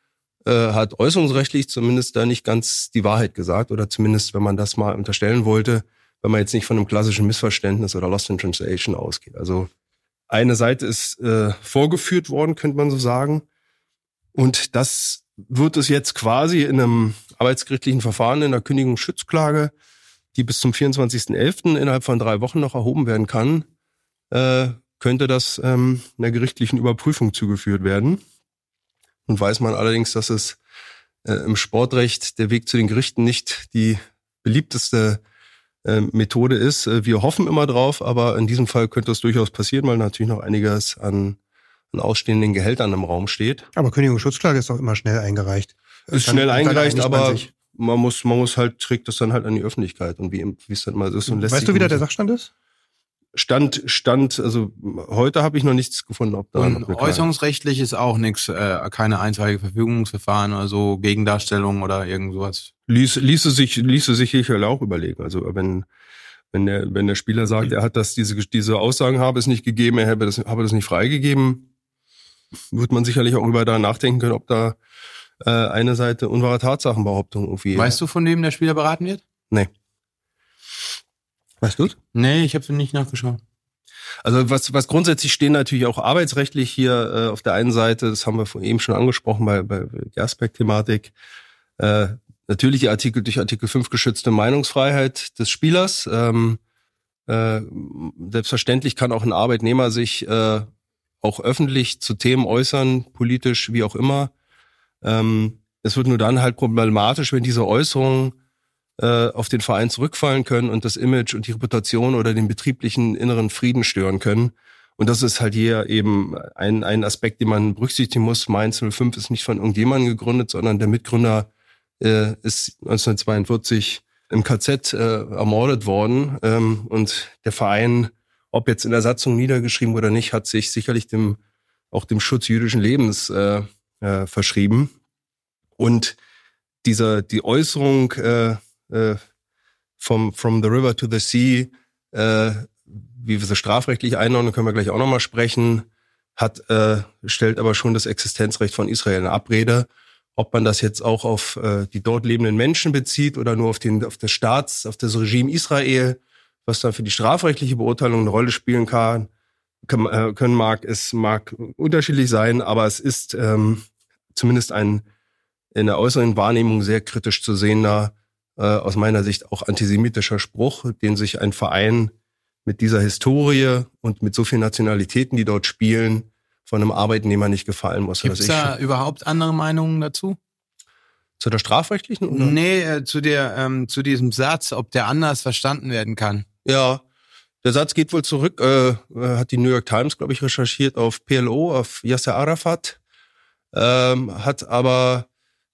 hat äußerungsrechtlich zumindest da nicht ganz die Wahrheit gesagt, oder zumindest, wenn man das mal unterstellen wollte, wenn man jetzt nicht von einem klassischen Missverständnis oder Lost in Translation ausgeht. Also eine Seite ist vorgeführt worden, könnte man so sagen. Und das wird es jetzt quasi in einem arbeitsgerichtlichen Verfahren, in der Kündigungsschutzklage, die bis zum 24.11. innerhalb von 3 Wochen noch erhoben werden kann, könnte das einer gerichtlichen Überprüfung zugeführt werden. Und weiß man allerdings, dass es im Sportrecht der Weg zu den Gerichten nicht die beliebteste Methode ist. Wir hoffen immer drauf, aber in diesem Fall könnte es durchaus passieren, weil natürlich noch einiges an ausstehenden Gehältern im Raum steht. Aber Kündigungsschutzklage ist auch immer schnell eingereicht. Ist schnell eingereicht, aber man muss halt, trägt das dann halt an die Öffentlichkeit und wie es dann mal ist. Und weißt du, wie da der Sachstand ist? Stand, also heute habe ich noch nichts gefunden. Ob da und äußerungsrechtlich ist auch nichts, keine einstweilige Verfügungsverfahren oder so, Gegendarstellung oder irgend sowas. Ließe sich sicher auch überlegen. Also wenn der Spieler sagt, er hat diese Aussagen habe es nicht gegeben, er habe das nicht freigegeben, wird man sicherlich auch über da nachdenken können, ob da eine Seite unwahre Tatsachenbehauptung irgendwie. Weißt du, von wem der Spieler beraten wird? Nee. Weißt du's? Nee, ich habe nicht nachgeschaut. Also was grundsätzlich stehen natürlich auch arbeitsrechtlich hier auf der einen Seite, das haben wir eben schon angesprochen bei Gersbeck-Thematik, natürlich durch Artikel 5 geschützte Meinungsfreiheit des Spielers. Selbstverständlich kann auch ein Arbeitnehmer sich auch öffentlich zu Themen äußern, politisch, wie auch immer. Es wird nur dann halt problematisch, wenn diese Äußerungen auf den Verein zurückfallen können und das Image und die Reputation oder den betrieblichen inneren Frieden stören können. Und das ist halt hier eben ein Aspekt, den man berücksichtigen muss. Mainz 05 ist nicht von irgendjemandem gegründet, sondern der Mitgründer ist 1942 im KZ ermordet worden. Und der Verein, ob jetzt in der Satzung niedergeschrieben oder nicht, hat sich sicherlich dem Schutz jüdischen Lebens verschrieben. Und die Äußerung from the river to the sea, wie wir sie strafrechtlich einordnen, können wir gleich auch nochmal sprechen, stellt aber schon das Existenzrecht von Israel in Abrede. Ob man das jetzt auch auf die dort lebenden Menschen bezieht oder nur auf das Regime Israel, was dann für die strafrechtliche Beurteilung eine Rolle spielen mag unterschiedlich sein, aber es ist zumindest in der äußeren Wahrnehmung sehr kritisch zu sehender, aus meiner Sicht auch antisemitischer Spruch, den sich ein Verein mit dieser Historie und mit so vielen Nationalitäten, die dort spielen, von einem Arbeitnehmer nicht gefallen muss. Gibt es da überhaupt andere Meinungen dazu? Zu der strafrechtlichen? Oder? Nee, zu diesem Satz, ob der anders verstanden werden kann. Ja, der Satz geht wohl zurück, hat die New York Times, glaube ich, recherchiert auf PLO, auf Yasser Arafat, hat aber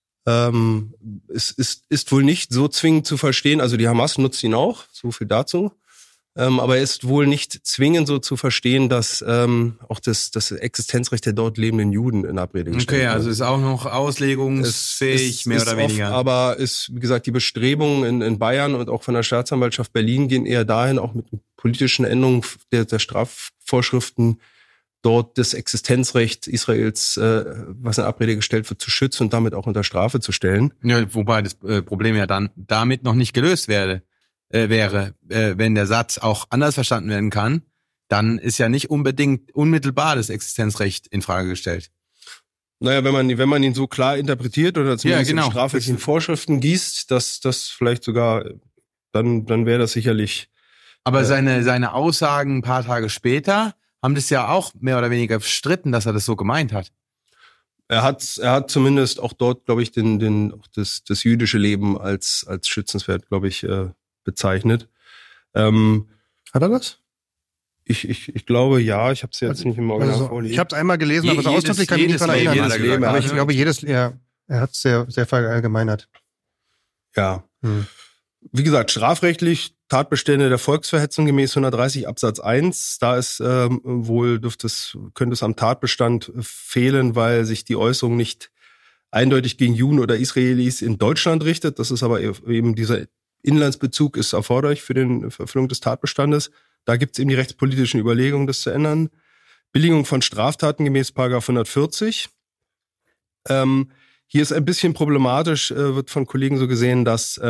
es ist wohl nicht so zwingend zu verstehen, also die Hamas nutzt ihn auch, so viel dazu, aber er ist wohl nicht zwingend so zu verstehen, dass auch das Existenzrecht der dort lebenden Juden in Abrede gestellt wird. Okay, also ist auch noch auslegungsfähig, mehr oder weniger. Aber wie gesagt, die Bestrebungen in Bayern und auch von der Staatsanwaltschaft Berlin gehen eher dahin, auch mit politischen Änderungen der Strafvorschriften, dort das Existenzrecht Israels, was in Abrede gestellt wird, zu schützen und damit auch unter Strafe zu stellen. Ja, wobei das Problem ja dann damit noch nicht gelöst wäre, wenn der Satz auch anders verstanden werden kann, dann ist ja nicht unbedingt unmittelbar das Existenzrecht in Frage gestellt. Naja, wenn man ihn so klar interpretiert oder zumindest in strafrechtlichen Vorschriften gießt, dass das vielleicht sogar, dann wäre das sicherlich. Aber seine Aussagen ein paar Tage später haben das ja auch mehr oder weniger verstritten, dass er das so gemeint hat. Er hat zumindest auch dort, glaube ich, das jüdische Leben als schützenswert, glaube ich, bezeichnet. Hat er das? Ich glaube, ja. Ich habe es jetzt nicht im Original vorliegen. Ich habe es einmal gelesen, aber so ausdrücklich kann ich mich nicht daran erinnern. Aber ich glaube, er hat es sehr, sehr verallgemeinert. Ja. Wie gesagt, strafrechtlich Tatbestände der Volksverhetzung gemäß 130 Absatz 1. Da ist könnte es am Tatbestand fehlen, weil sich die Äußerung nicht eindeutig gegen Juden oder Israelis in Deutschland richtet. Das ist aber eben dieser Inlandsbezug ist erforderlich für die Erfüllung des Tatbestandes. Da gibt es eben die rechtspolitischen Überlegungen, das zu ändern. Billigung von Straftaten gemäß § 140. Hier ist ein bisschen problematisch, wird von Kollegen so gesehen, dass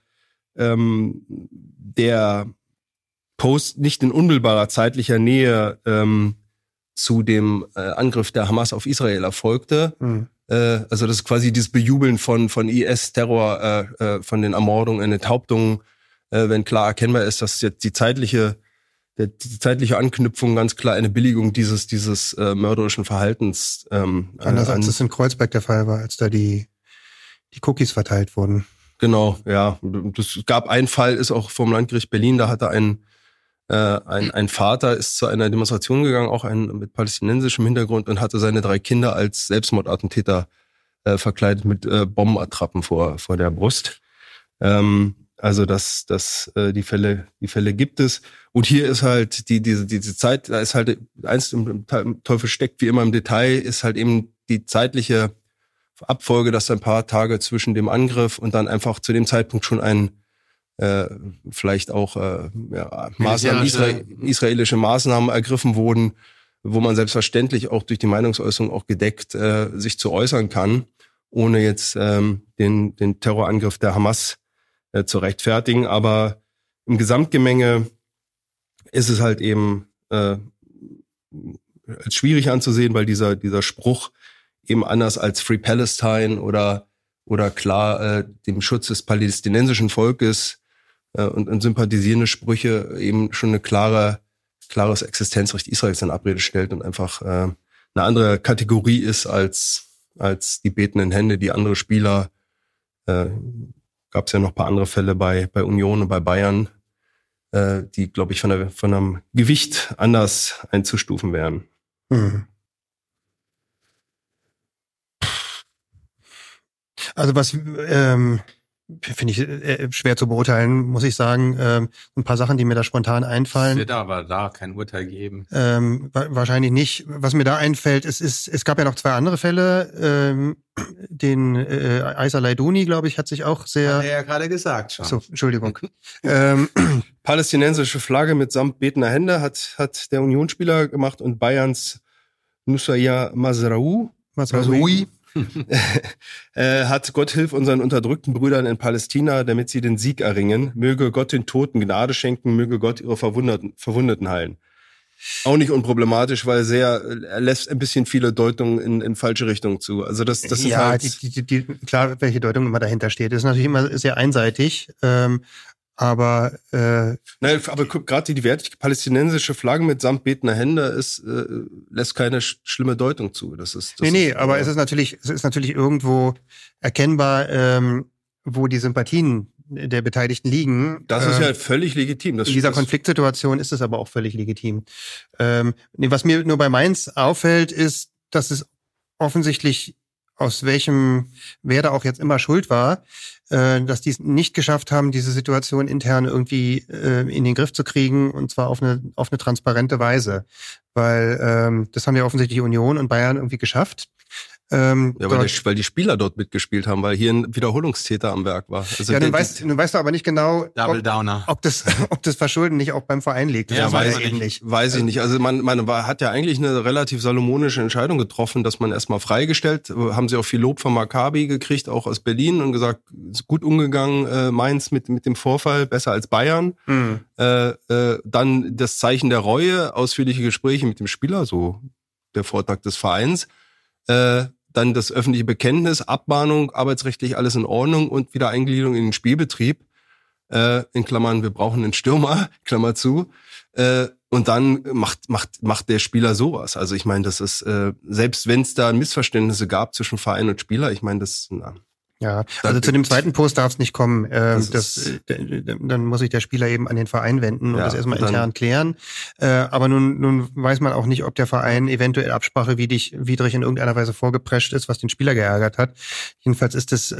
der Post nicht in unmittelbarer zeitlicher Nähe zu dem Angriff der Hamas auf Israel erfolgte. Also das ist quasi dieses Bejubeln von IS-Terror, von den Ermordungen, Enthauptungen, wenn klar erkennbar ist, dass jetzt die zeitliche Anknüpfung ganz klar eine Billigung dieses mörderischen Verhaltens. Anders als es in Kreuzberg der Fall war, als da die Cookies verteilt wurden. Genau, ja. Es gab einen Fall, ist auch vom Landgericht Berlin, da hatte ein Vater ist zu einer Demonstration gegangen, auch mit palästinensischem Hintergrund, und hatte seine 3 Kinder als Selbstmordattentäter verkleidet mit Bombenattrappen vor der Brust. Also die Fälle gibt es. Und hier ist halt diese Zeit, da ist halt eins im Teufel steckt wie immer im Detail, ist halt eben die zeitliche Abfolge, dass ein paar Tage zwischen dem Angriff und dann einfach zu dem Zeitpunkt schon vielleicht auch israelische Maßnahmen ergriffen wurden, wo man selbstverständlich auch durch die Meinungsäußerung auch gedeckt sich zu äußern kann, ohne jetzt den Terrorangriff der Hamas zu rechtfertigen. Aber im Gesamtgemenge ist es halt eben als schwierig anzusehen, weil dieser Spruch eben anders als Free Palestine oder klar dem Schutz des palästinensischen Volkes und sympathisierende Sprüche eben schon eine klares Existenzrecht Israels in Abrede stellt und einfach eine andere Kategorie ist als die betenden Hände, die andere Spieler. Gab es ja noch ein paar andere Fälle bei Union und bei Bayern, die, glaube ich, von einem Gewicht anders einzustufen wären. Also was finde ich schwer zu beurteilen, muss ich sagen. Ein paar Sachen, die mir da spontan einfallen. Es wird aber da kein Urteil geben. Wahrscheinlich nicht. Was mir da einfällt, es gab ja noch 2 andere Fälle. Den Aysar Leidouni, glaube ich, hat sich auch sehr... Hat er ja gerade gesagt schon. So, Entschuldigung. Palästinensische Flagge mitsamt betender Hände hat der Unionsspieler gemacht und Bayerns Nusayr Mazraoui hat Gott hilf unseren unterdrückten Brüdern in Palästina, damit sie den Sieg erringen. Möge Gott den Toten Gnade schenken, möge Gott ihre Verwundeten heilen. Auch nicht unproblematisch, weil er lässt ein bisschen viele Deutungen in falsche Richtungen zu. Also das ist ja, halt... klar, welche Deutung immer dahinter steht. Das ist natürlich immer sehr einseitig. Aber gerade die wertige palästinensische Flagge mitsamt betender Hände lässt keine schlimme Deutung zu. Aber es ist natürlich irgendwo erkennbar, wo die Sympathien der Beteiligten liegen. Das ist ja völlig legitim. In dieser Konfliktsituation ist es aber auch völlig legitim. Was mir nur bei Mainz auffällt, ist, dass es offensichtlich, aus welchem wer da auch jetzt immer schuld war, dass die es nicht geschafft haben, diese Situation intern irgendwie in den Griff zu kriegen, und zwar auf eine transparente Weise. Weil das haben ja offensichtlich Union und Bayern irgendwie geschafft. Weil die Spieler dort mitgespielt haben, weil hier ein Wiederholungstäter am Werk war. Also ja, nun weißt du aber nicht genau, ob das Verschulden nicht auch beim Verein liegt. Ja, weiß ich nicht. Also man hat ja eigentlich eine relativ salomonische Entscheidung getroffen, dass man erstmal freigestellt, haben sie auch viel Lob von Maccabi gekriegt, auch aus Berlin, und gesagt, ist gut umgegangen, Mainz mit dem Vorfall, besser als Bayern. Dann das Zeichen der Reue, ausführliche Gespräche mit dem Spieler, so der Vortrag des Vereins. Dann das öffentliche Bekenntnis, Abmahnung, arbeitsrechtlich alles in Ordnung und wieder Eingliederung in den Spielbetrieb. In Klammern, wir brauchen einen Stürmer, Klammer zu. Und dann macht der Spieler sowas. Also ich meine, das ist, selbst wenn es da Missverständnisse gab zwischen Verein und Spieler, ich meine, ja, also zu dem zweiten Post darf es nicht kommen. Dann muss sich der Spieler eben an den Verein wenden und das erstmal intern klären. Aber nun weiß man auch nicht, ob der Verein eventuell absprachewidrig in irgendeiner Weise vorgeprescht ist, was den Spieler geärgert hat. Jedenfalls ist es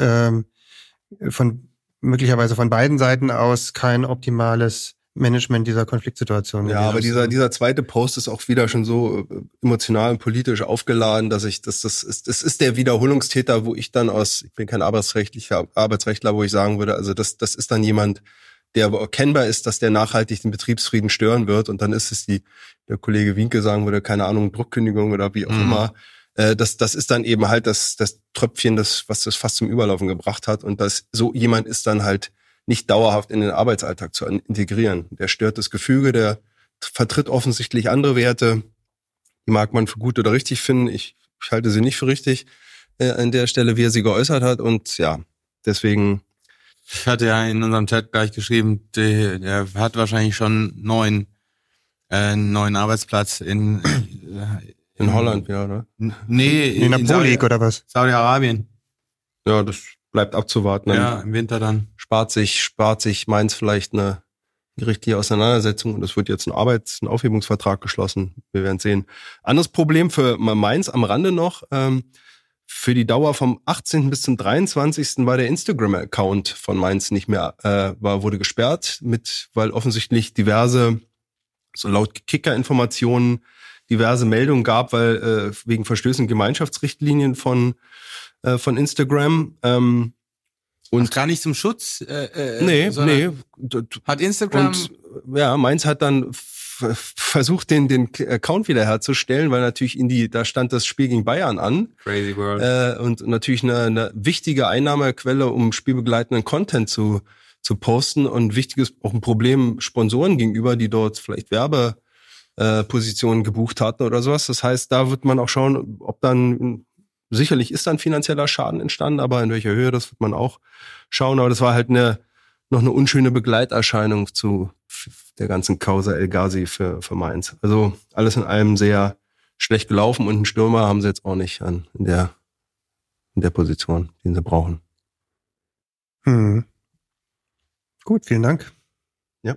möglicherweise von beiden Seiten aus kein optimales Management dieser Konfliktsituation. Ja, aber dieser zweite Post ist auch wieder schon so emotional und politisch aufgeladen, dass das ist der Wiederholungstäter, wo ich dann ich bin kein Arbeitsrechtler, wo ich sagen würde, also das ist dann jemand, der erkennbar ist, dass der nachhaltig den Betriebsfrieden stören wird, und dann ist es der Kollege Winke sagen würde, keine Ahnung, Druckkündigung oder wie auch immer. Das ist dann eben halt das Tröpfchen, was das fast zum Überlaufen gebracht hat. Und das so jemand ist dann halt nicht dauerhaft in den Arbeitsalltag zu integrieren. Der stört das Gefüge, der vertritt offensichtlich andere Werte. Die mag man für gut oder richtig finden. Ich halte sie nicht für richtig an der Stelle, wie er sie geäußert hat. Und ja, deswegen... Ich hatte ja in unserem Chat gleich geschrieben, der hat wahrscheinlich schon einen neuen Arbeitsplatz in Holland, ja, oder? Nee, in der Pro League oder was? Saudi-Arabien. Ja, das bleibt abzuwarten. Ja, im Winter dann. Spart sich Mainz vielleicht eine gerichtliche Auseinandersetzung und es wird jetzt ein Aufhebungsvertrag geschlossen. Wir werden sehen. Anderes Problem für Mainz am Rande noch, für die Dauer vom 18. bis zum 23. war der Instagram-Account von Mainz nicht mehr, wurde gesperrt, weil offensichtlich diverse, so laut Kicker-Informationen, diverse Meldungen gab, weil wegen Verstößen Gemeinschaftsrichtlinien von Instagram. Und gar nicht zum Schutz? Nee. Hat Instagram... Und ja, Mainz hat dann versucht, den Account wiederherzustellen, weil natürlich da stand das Spiel gegen Bayern an. Crazy World. Und natürlich eine wichtige Einnahmequelle, um spielbegleitenden Content zu posten und wichtiges, auch ein Problem Sponsoren gegenüber, die dort vielleicht Werbepositionen gebucht hatten oder sowas. Das heißt, da wird man auch schauen, ob dann, sicherlich ist dann finanzieller Schaden entstanden, aber in welcher Höhe, das wird man auch schauen. Aber das war halt noch eine unschöne Begleiterscheinung zu der ganzen Causa El Ghazi für Mainz. Also alles in allem sehr schlecht gelaufen und einen Stürmer haben sie jetzt auch nicht in der Position, den sie brauchen. Gut, vielen Dank. Ja.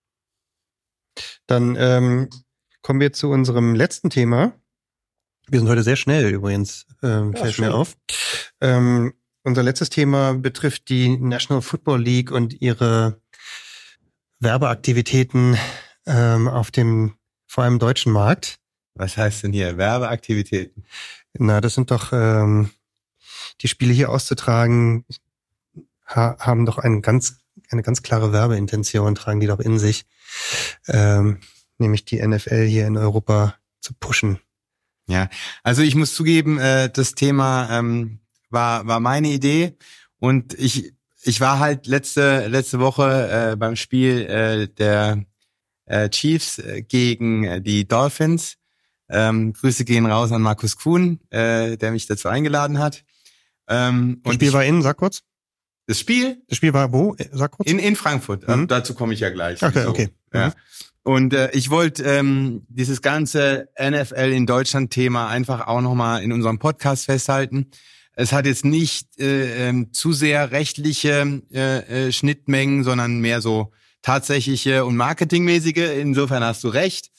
Dann kommen wir zu unserem letzten Thema. Wir sind heute sehr schnell übrigens, fällt mir auf. Unser letztes Thema betrifft die National Football League und ihre Werbeaktivitäten auf dem vor allem deutschen Markt. Was heißt denn hier Werbeaktivitäten? Na, das sind doch die Spiele hier auszutragen, haben doch eine ganz klare Werbeintention, tragen die doch in sich, nämlich die NFL hier in Europa zu pushen. Ja, also ich muss zugeben, das Thema war meine Idee und ich war halt letzte Woche beim Spiel der Chiefs gegen die Dolphins. Grüße gehen raus an Markus Kuhn, der mich dazu eingeladen hat. Das Spiel war in, sag kurz. Das Spiel war wo? Sag kurz. In Frankfurt. Dazu komme ich ja gleich. Okay. Ja. Und ich wollte dieses ganze NFL in Deutschland Thema einfach auch nochmal in unserem Podcast festhalten. Es hat jetzt nicht zu sehr rechtliche Schnittmengen, sondern mehr so tatsächliche und marketingmäßige. Insofern hast du recht.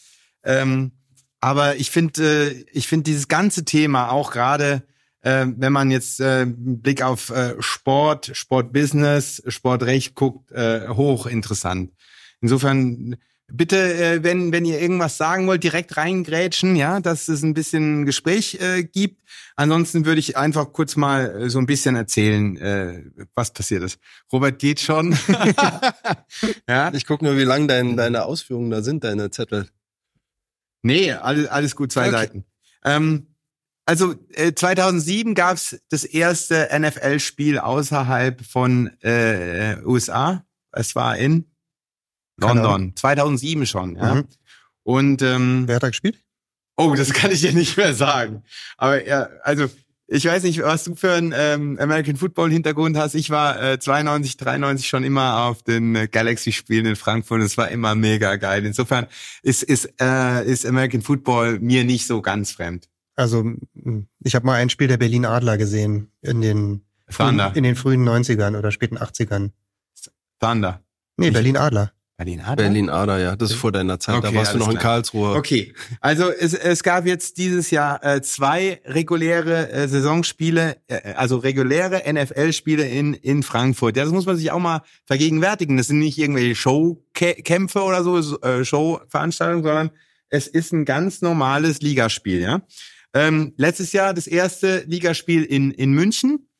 Aber ich finde dieses ganze Thema auch gerade, wenn man jetzt Blick auf Sportbusiness, Sportrecht guckt, hochinteressant. Insofern bitte, wenn ihr irgendwas sagen wollt, direkt reingrätschen, ja, dass es ein bisschen Gespräch gibt. Ansonsten würde ich einfach kurz mal so ein bisschen erzählen, was passiert ist. Robert geht schon. Ja. Ich gucke nur, wie lang deine Ausführungen da sind, deine Zettel. Nee, alles gut, 2 Seiten. Also 2007 gab's das erste NFL-Spiel außerhalb von USA. Es war in London. 2007 schon, ja. Und wer hat da gespielt? Oh, das kann ich dir nicht mehr sagen. Aber ja, also ich weiß nicht, was du für einen American Football Hintergrund hast. Ich war 92, 93 schon immer auf den Galaxy-Spielen in Frankfurt. Es war immer mega geil. Insofern ist American Football mir nicht so ganz fremd. Also ich habe mal ein Spiel der Berlin Adler gesehen in den frühen 90ern oder späten 80ern. Thunder. Nee, Berlin Adler. Berlin Adler, ja. Das ist vor deiner Zeit. Okay, da warst du noch in Karlsruhe. Okay. Also es gab jetzt dieses Jahr 2 reguläre Saisonspiele, also reguläre NFL-Spiele in Frankfurt. Ja, das muss man sich auch mal vergegenwärtigen. Das sind nicht irgendwelche Showkämpfe oder so, Showveranstaltungen, sondern es ist ein ganz normales Ligaspiel, ja. Letztes Jahr das erste Ligaspiel in München.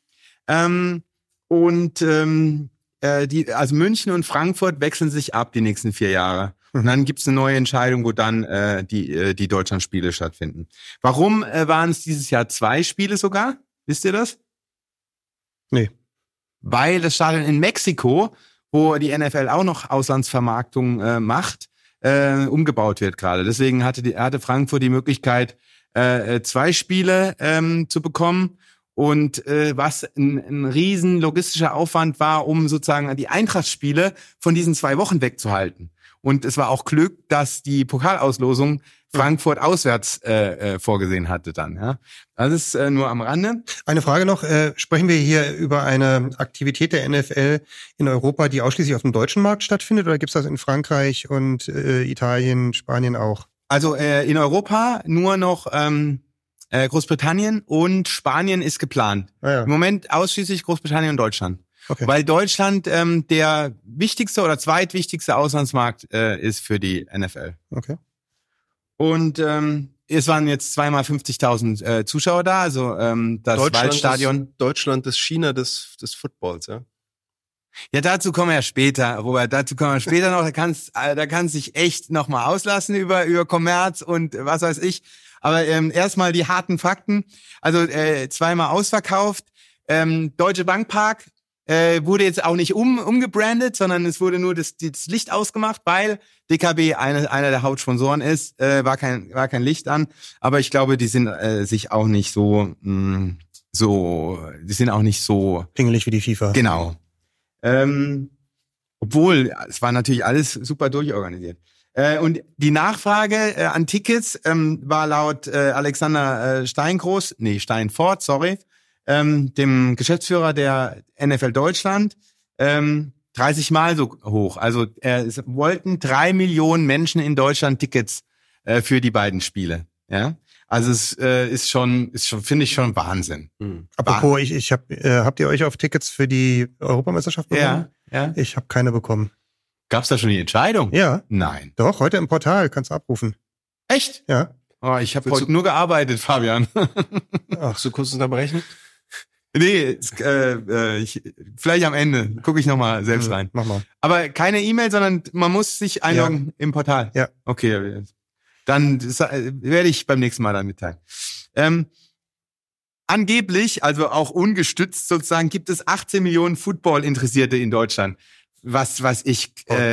Also München und Frankfurt wechseln sich ab die nächsten 4 Jahre. Und dann gibt's eine neue Entscheidung, wo dann die Deutschlandspiele stattfinden. Warum waren es dieses Jahr 2 Spiele sogar? Wisst ihr das? Nee. Weil das Stadion in Mexiko, wo die NFL auch noch Auslandsvermarktung macht, umgebaut wird gerade. Deswegen hatte Frankfurt die Möglichkeit, 2 Spiele zu bekommen. Und was ein riesen logistischer Aufwand war, um sozusagen die Eintracht-Spiele von diesen 2 Wochen wegzuhalten. Und es war auch Glück, dass die Pokalauslosung Frankfurt auswärts vorgesehen hatte dann. Ja, das ist nur am Rande. Eine Frage noch, sprechen wir hier über eine Aktivität der NFL in Europa, die ausschließlich auf dem deutschen Markt stattfindet, oder gibt es das in Frankreich und Italien, Spanien auch? Also in Europa nur noch Großbritannien und Spanien ist geplant. Ah, ja. Im Moment ausschließlich Großbritannien und Deutschland. Okay. Weil Deutschland der wichtigste oder zweitwichtigste Auslandsmarkt ist für die NFL. Okay. Und es waren jetzt 2x50.000 Zuschauer da, also das Waldstadion. Deutschland ist China des Footballs, ja. Ja, dazu kommen wir ja später, Robert. Dazu kommen wir später noch. Da kannst dich echt noch mal auslassen über Kommerz und was weiß ich. Aber erstmal die harten Fakten. Also 2-mal ausverkauft. Deutsche Bank Park wurde jetzt auch nicht umgebrandet, sondern es wurde nur das Licht ausgemacht, weil DKB einer der Hauptsponsoren ist. War kein Licht an. Aber ich glaube, die sind sich auch nicht die sind auch nicht so pingelig wie die FIFA. Genau. Obwohl, es war natürlich alles super durchorganisiert. Und die Nachfrage an Tickets war laut Alexander Steinfort, dem Geschäftsführer der NFL Deutschland, 30 Mal so hoch. Also es wollten 3 Millionen Menschen in Deutschland Tickets für die beiden Spiele. Ja, also es ist schon, finde ich schon Wahnsinn. Apropos, habt ihr euch auf Tickets für die Europameisterschaft bekommen? Ja. Ich habe keine bekommen. Gab's da schon die Entscheidung? Ja. Nein. Doch, heute im Portal kannst du abrufen. Echt? Ja. Oh, ich habe heute nur gearbeitet, Fabian. Ach, so kurz unterbrechen? Nee, vielleicht am Ende gucke ich nochmal selbst rein. Mach mal. Aber keine E-Mail, sondern man muss sich einloggen im Portal. Ja. Okay, dann werde ich beim nächsten Mal dann mitteilen. Angeblich, also auch ungestützt sozusagen, gibt es 18 Millionen Football-Interessierte in Deutschland. Was ich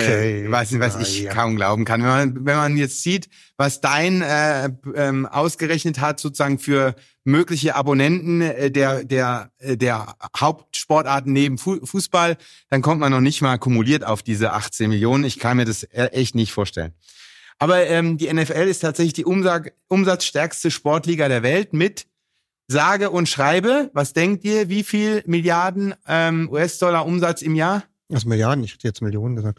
kaum glauben kann. Wenn man jetzt sieht, was Dein ausgerechnet hat, sozusagen für mögliche Abonnenten der Hauptsportarten neben Fußball, dann kommt man noch nicht mal kumuliert auf diese 18 Millionen. Ich kann mir das echt nicht vorstellen. Aber die NFL ist tatsächlich die umsatzstärkste Sportliga der Welt mit sage und schreibe. Was denkt ihr, wie viel Milliarden US-Dollar Umsatz im Jahr? Also Milliarden, ich hätte jetzt Millionen gesagt.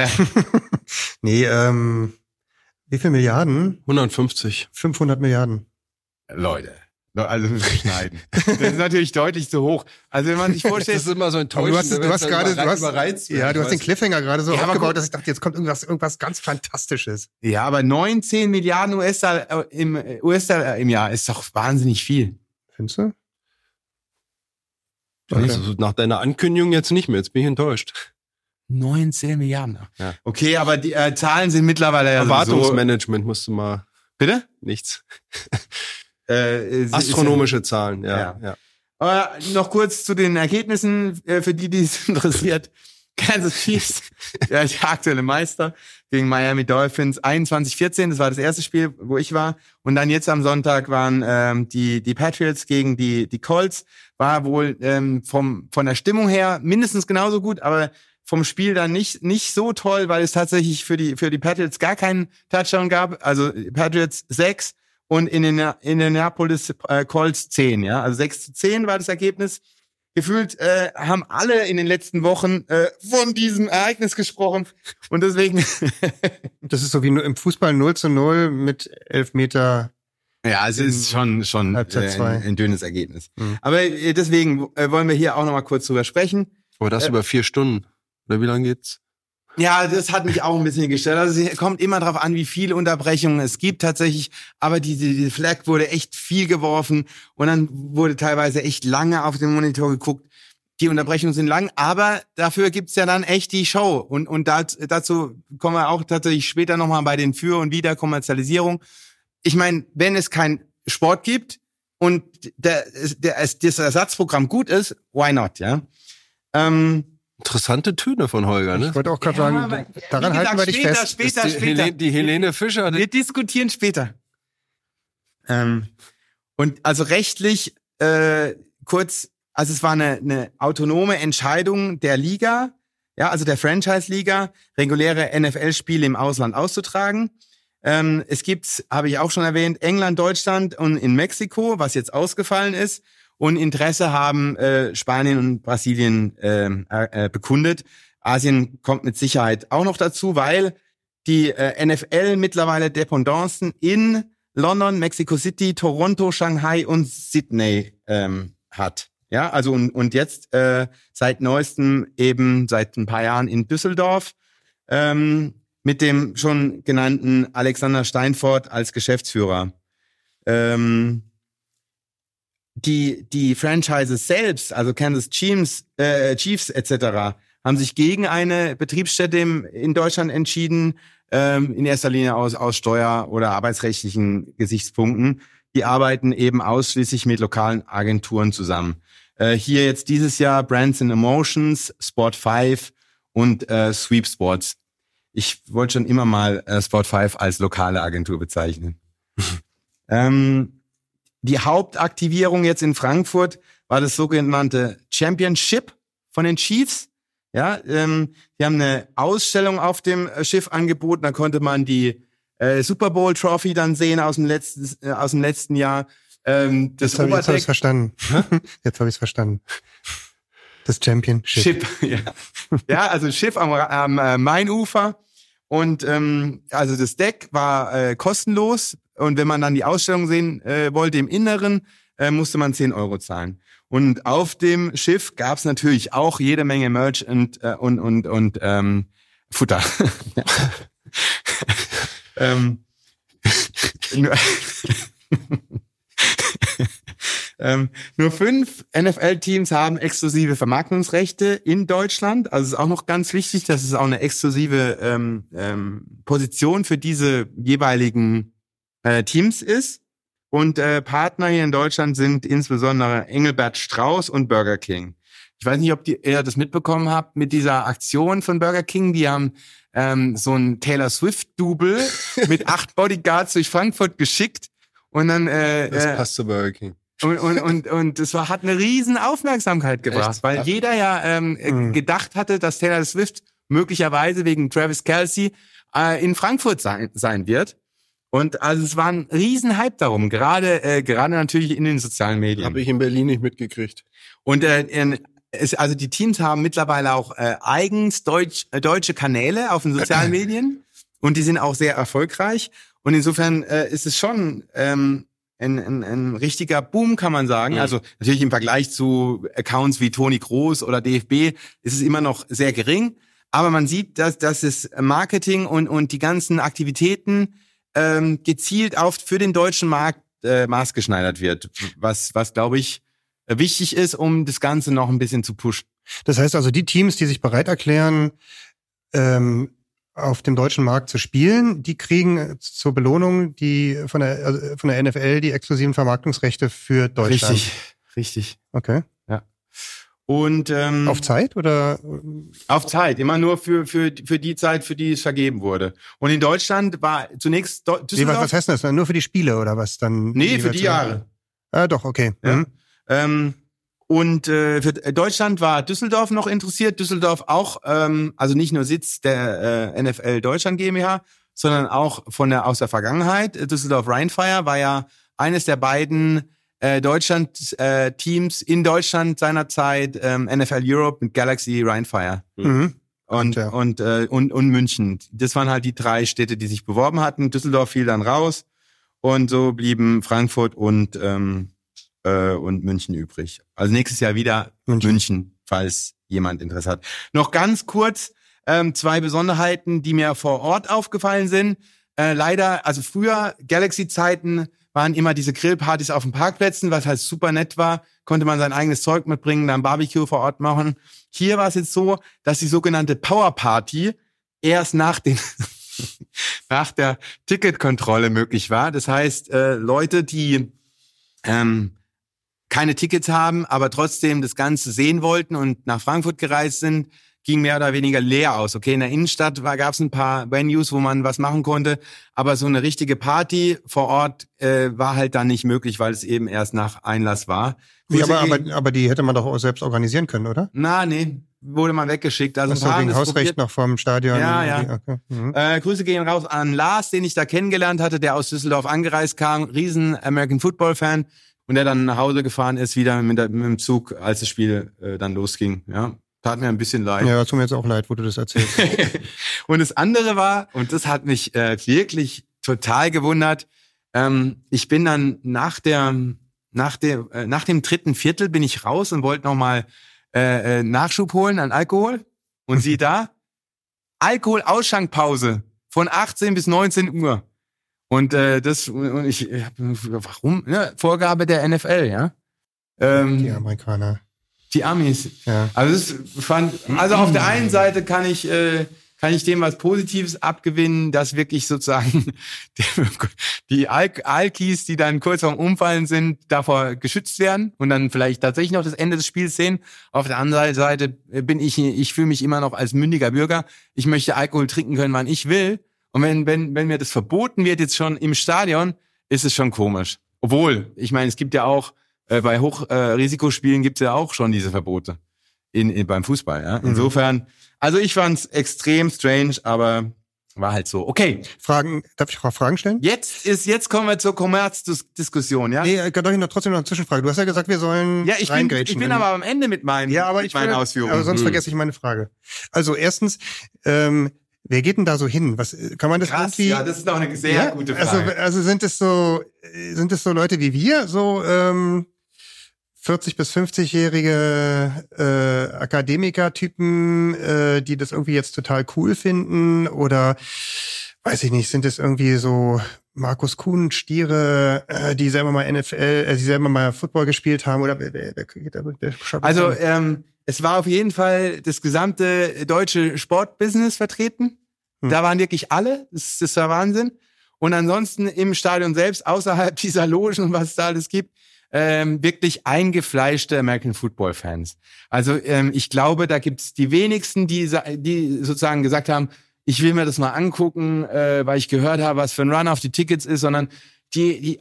Nee, wie viel Milliarden? 150. 500 Milliarden. Leute, also müssen wir schneiden. Das ist natürlich deutlich zu hoch. Also wenn man sich vorstellt... Das ist immer so enttäuschend. Du hast den Cliffhanger gerade so aufgebaut, dass ich dachte, jetzt kommt irgendwas ganz Fantastisches. Ja, aber 19 Milliarden US-Dollar im Jahr ist doch wahnsinnig viel. Findest du? Okay. Also nach deiner Ankündigung jetzt nicht mehr, jetzt bin ich enttäuscht. 19 Milliarden. Ja. Okay, aber die Zahlen sind mittlerweile ja Erwartungsmanagement musst du mal... Bitte? Nichts. Astronomische Zahlen, ja. Aber noch kurz zu den Ergebnissen, für die es interessiert. Kansas Chiefs, der aktuelle Meister, gegen Miami Dolphins 21-14, das war das erste Spiel, wo ich war. Und dann jetzt am Sonntag waren die Patriots gegen die Colts. War wohl von der Stimmung her mindestens genauso gut, aber vom Spiel dann nicht so toll, weil es tatsächlich für die Patriots gar keinen Touchdown gab. Also Patriots 6 und in Indianapolis Colts 10, ja. Also 6-10 war das Ergebnis. Gefühlt haben alle in den letzten Wochen von diesem Ereignis gesprochen. Und deswegen... Das ist so wie nur im Fußball 0-0 mit Elfmeter. Ja, es ist schon ein dünnes Ergebnis. Mhm. Aber deswegen wollen wir hier auch nochmal kurz drüber sprechen. Aber das über 4 Stunden. Oder wie lange geht's? Ja, das hat mich auch ein bisschen gestört. Also es kommt immer drauf an, wie viele Unterbrechungen es gibt tatsächlich. Aber diese Flag wurde echt viel geworfen und dann wurde teilweise echt lange auf den Monitor geguckt. die Unterbrechungen sind lang, aber dafür gibt's ja dann echt die Show. Und dazu kommen wir auch tatsächlich später nochmal bei den Für- und Wiederkommerzialisierung. Ich meine, wenn es keinen Sport gibt und das Ersatzprogramm gut ist, why not, ja? Interessante Töne von Holger, ne? Ich wollte auch gerade sagen, daran halten wir dich fest. Später. Die Helene Fischer. Wir diskutieren später. Und also rechtlich, kurz, also es war eine autonome Entscheidung der Liga, ja, also der Franchise-Liga, reguläre NFL-Spiele im Ausland auszutragen. Es gibt, habe ich auch schon erwähnt, England, Deutschland und in Mexiko, was jetzt ausgefallen ist. Und Interesse haben Spanien und Brasilien bekundet. Asien kommt mit Sicherheit auch noch dazu, weil die NFL mittlerweile Dependancen in London, Mexico City, Toronto, Shanghai und Sydney hat. Ja, also und jetzt seit neuestem eben seit ein paar Jahren in Düsseldorf mit dem schon genannten Alexander Steinfort als Geschäftsführer. Die Franchises selbst, also Kansas Chiefs etc., haben sich gegen eine Betriebsstätte in Deutschland entschieden, in erster Linie aus Steuer- oder arbeitsrechtlichen Gesichtspunkten. Die arbeiten eben ausschließlich mit lokalen Agenturen zusammen. Hier jetzt dieses Jahr Brands and Emotions, Sport 5 und Sweep Sports. Ich wollte schon immer mal Sport 5 als lokale Agentur bezeichnen. Die Hauptaktivierung jetzt in Frankfurt war das sogenannte Championship von den Chiefs. Ja, die haben eine Ausstellung auf dem Schiff angeboten. Da konnte man die Super Bowl Trophy dann sehen aus dem letzten Jahr. Jetzt habe ich es verstanden. Jetzt habe ich es verstanden. Das Championship. Ja, also Schiff am Mainufer. Und also das Deck war kostenlos. Und wenn man dann die Ausstellung sehen wollte im Inneren, musste man 10 € zahlen. Und auf dem Schiff gab es natürlich auch jede Menge Merch und Futter. Nur 5 NFL-Teams haben exklusive Vermarktungsrechte in Deutschland. Also ist auch noch ganz wichtig, dass es auch eine exklusive Position für diese jeweiligen Teams ist. Und Partner hier in Deutschland sind insbesondere Engelbert Strauß und Burger King. Ich weiß nicht, ob ihr das mitbekommen habt mit dieser Aktion von Burger King. Die haben so ein Taylor Swift-Double mit 8 Bodyguards durch Frankfurt geschickt. Und dann das passt zu Burger King. Und das hat eine riesen Aufmerksamkeit gebracht, echt? Weil jeder ja gedacht hatte, dass Taylor Swift möglicherweise wegen Travis Kelce in Frankfurt sein wird. Und also es war ein riesen Hype darum, gerade natürlich in den sozialen Medien. Habe ich in Berlin nicht mitgekriegt. Und also die Teams haben mittlerweile auch eigens deutsche Kanäle auf den sozialen Medien und die sind auch sehr erfolgreich. Und insofern ist es schon ein richtiger Boom, kann man sagen. Mhm. Also natürlich im Vergleich zu Accounts wie Toni Kroos oder DFB ist es immer noch sehr gering. Aber man sieht, dass das Marketing und die ganzen Aktivitäten gezielt für den deutschen Markt maßgeschneidert wird. Was glaube ich, wichtig ist, um das Ganze noch ein bisschen zu pushen. Das heißt also, die Teams, die sich bereit erklären, auf dem deutschen Markt zu spielen, die kriegen zur Belohnung die von der NFL die exklusiven Vermarktungsrechte für Deutschland. Richtig. Okay. Ja. Und auf Zeit oder? Auf Zeit, immer nur für die Zeit, für die es vergeben wurde. Und in Deutschland war zunächst Düsseldorf. Was heißt das? Nur für die Spiele oder was dann? Nee, für die Jahre. Ah, doch, okay. Ja. Mhm. Und für Deutschland war Düsseldorf noch interessiert. Düsseldorf auch, also nicht nur Sitz der NFL Deutschland GmbH, sondern auch aus der Vergangenheit. Düsseldorf Rheinfire war ja eines der beiden Deutschland-Teams in Deutschland seinerzeit, NFL Europe mit Galaxy Rheinfire. Mhm. Und München. Das waren halt die 3 Städte, die sich beworben hatten. Düsseldorf fiel dann raus und so blieben Frankfurt und München übrig. Also nächstes Jahr wieder München, falls jemand Interesse hat. Noch ganz kurz 2 Besonderheiten, die mir vor Ort aufgefallen sind. Leider, also früher Galaxy-Zeiten waren immer diese Grillpartys auf den Parkplätzen, was halt super nett war. Konnte man sein eigenes Zeug mitbringen, dann Barbecue vor Ort machen. Hier war es jetzt so, dass die sogenannte Powerparty erst nach der Ticketkontrolle möglich war. Das heißt, Leute, die keine Tickets haben, aber trotzdem das Ganze sehen wollten und nach Frankfurt gereist sind, ging mehr oder weniger leer aus. Okay, in der Innenstadt gab es ein paar Venues, wo man was machen konnte, aber so eine richtige Party vor Ort war halt dann nicht möglich, weil es eben erst nach Einlass war. Wie, aber die hätte man doch auch selbst organisieren können, oder? Nee, wurde man weggeschickt. Also wegen Hausrecht noch vom Stadion. Ja. Okay. Grüße gehen raus an Lars, den ich da kennengelernt hatte, der aus Düsseldorf angereist kam, riesen American Football Fan und der dann nach Hause gefahren ist, wieder mit dem Zug, als das Spiel dann losging. Ja. Tat mir ein bisschen leid. Ja, tut mir jetzt auch leid, wo du das erzählst. Und das andere war, und das hat mich wirklich total gewundert, ich bin dann nach dem dritten Viertel bin ich raus und wollte nochmal Nachschub holen an Alkohol. Und sieh da, Alkohol-Ausschankpause von 18 bis 19 Uhr. Und warum? Ja, Vorgabe der NFL, ja. Die Amerikaner. Die Amis. Ja. Also auf der einen Seite kann ich dem was Positives abgewinnen, dass wirklich sozusagen die Alkis, die dann kurz vorm Umfallen sind, davor geschützt werden und dann vielleicht tatsächlich noch das Ende des Spiels sehen. Auf der anderen Seite ich fühle mich immer noch als mündiger Bürger. Ich möchte Alkohol trinken können, wann ich will. Und wenn mir das verboten wird jetzt schon im Stadion, ist es schon komisch. Obwohl, ich meine, es gibt ja auch bei Hochrisikospielen gibt es ja auch schon diese Verbote beim Fußball. Ja? Insofern, also ich fand's extrem strange, aber war halt so. Okay. Darf ich auch Fragen stellen? Jetzt kommen wir zur Kommerzdiskussion, ja? Nee, darf ich trotzdem noch eine Zwischenfrage? Du hast ja gesagt, wir sollen reingrätschen. Ich bin aber am Ende mit meinen Ausführungen. Aber sonst vergesse ich meine Frage. Also erstens, wer geht denn da so hin? Was kann man das Krass, irgendwie? Ja, das ist doch eine sehr gute Frage. Also sind es so Leute wie wir, so 40 bis 50-jährige Akademiker-Typen, die das irgendwie jetzt total cool finden, oder weiß ich nicht, sind es irgendwie so Markus Kuhn, Stiere, die selber mal die selber mal Football gespielt haben, oder wer Also es war auf jeden Fall das gesamte deutsche Sportbusiness vertreten. Da waren wirklich alle. Das war Wahnsinn. Und ansonsten im Stadion selbst, außerhalb dieser Logen und was es da alles gibt, wirklich eingefleischte American Football Fans. Also ich glaube, da gibt's die wenigsten, die sozusagen gesagt haben, ich will mir das mal angucken, weil ich gehört habe, was für ein Run auf die Tickets ist, sondern die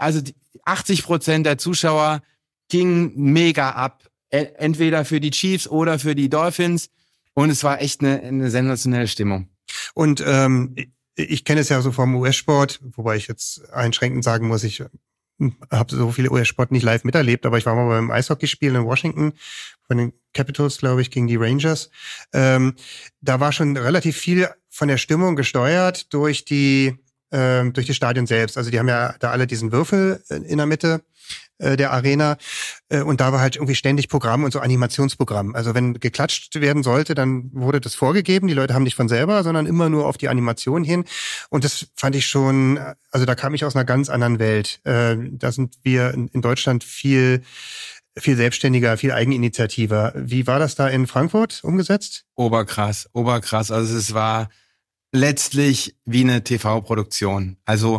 80% der Zuschauer gingen mega ab. Entweder für die Chiefs oder für die Dolphins. Und es war echt eine sensationelle Stimmung. Und ich kenne es ja so vom US-Sport, wobei ich jetzt einschränkend sagen muss, ich habe so viele US-Sport nicht live miterlebt, aber ich war mal beim Eishockeyspiel in Washington von den Capitals, glaube ich, gegen die Rangers. Da war schon relativ viel von der Stimmung gesteuert durch die Stadion selbst. Also die haben ja da alle diesen Würfel in der Mitte der Arena, und da war halt irgendwie ständig Programm und so Animationsprogramm. Also wenn geklatscht werden sollte, dann wurde das vorgegeben. Die Leute haben nicht von selber, sondern immer nur auf die Animation hin. Und das fand ich schon, also da kam ich aus einer ganz anderen Welt. Da sind wir in Deutschland viel selbstständiger, viel eigeninitiativer. Wie war das da in Frankfurt umgesetzt? Oberkrass. Also es war letztlich wie eine TV-Produktion. Also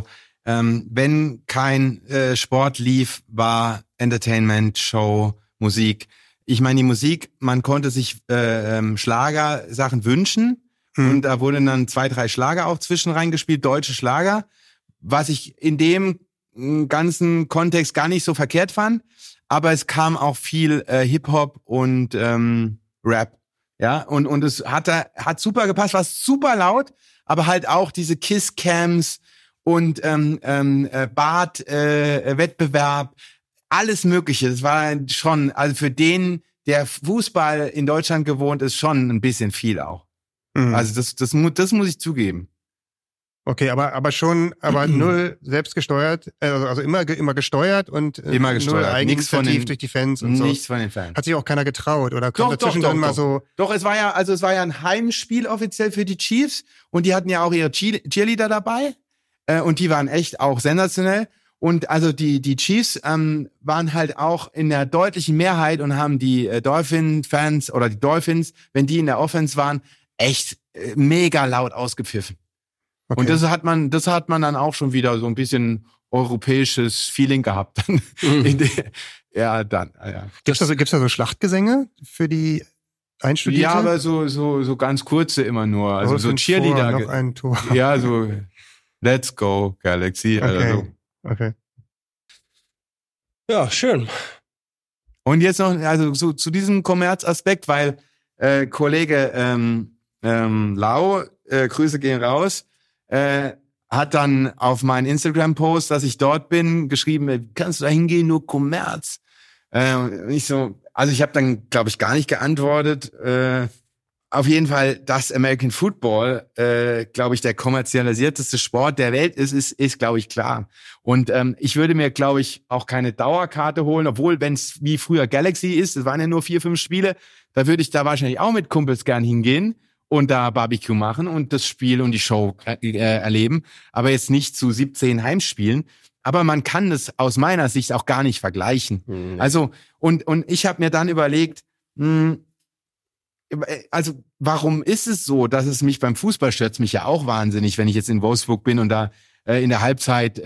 wenn kein Sport lief, war Entertainment, Show, Musik. Ich meine, die Musik, man konnte sich Schlagersachen wünschen und da wurden dann 2, 3 Schlager auch zwischen reingespielt, deutsche Schlager, was ich in dem ganzen Kontext gar nicht so verkehrt fand, aber es kam auch viel Hip-Hop und Rap. Ja, und es hat super gepasst, war super laut, aber halt auch diese Kiss-Cams und Bart-Wettbewerb, alles Mögliche. Das war schon, also für den, der Fußball in Deutschland gewohnt ist, schon ein bisschen viel auch. Also das muss ich zugeben. Okay, aber null selbst gesteuert, also immer gesteuert und immer gesteuert. Null Eigeninitiativ durch die Fans und so. Nichts von den Fans. Hat sich auch keiner getraut oder kommt dazwischen mal so. Doch, es war ja ein Heimspiel offiziell für die Chiefs und die hatten ja auch ihre Cheerleader dabei und die waren echt auch sensationell. Und also die Chiefs waren halt auch in der deutlichen Mehrheit und haben die Dolphin-Fans oder die Dolphins, wenn die in der Offense waren, echt mega laut ausgepfiffen. Okay. Und das hat man dann auch schon wieder so ein bisschen europäisches Feeling gehabt. Ja. Gibt's da so Schlachtgesänge für die Einstudierte? Ja, aber so ganz kurze immer nur. Also so Cheerleader. Noch ein Tor. Ja, so Let's go Galaxy. Okay. Also so. Okay. Ja, schön. Und jetzt noch, also so zu diesem Kommerzaspekt, weil Kollege Lau, Grüße gehen raus, hat dann auf meinen Instagram-Post, dass ich dort bin, geschrieben, kannst du da hingehen, nur Kommerz? Und ich so, also ich habe dann, glaube ich, gar nicht geantwortet. Auf jeden Fall, dass American Football, glaube ich, der kommerzialisierteste Sport der Welt ist glaube ich, klar. Und ich würde mir, glaube ich, auch keine Dauerkarte holen, obwohl, wenn es wie früher Galaxy ist, es waren ja nur 4-5 Spiele, da würde ich da wahrscheinlich auch mit Kumpels gern hingehen und da Barbecue machen und das Spiel und die Show erleben, aber jetzt nicht zu 17 Heimspielen. Aber man kann das aus meiner Sicht auch gar nicht vergleichen. Mhm. Also, und ich habe mir dann überlegt, also warum ist es so, dass es mich beim Fußball stört mich ja auch wahnsinnig, wenn ich jetzt in Wolfsburg bin und da in der Halbzeit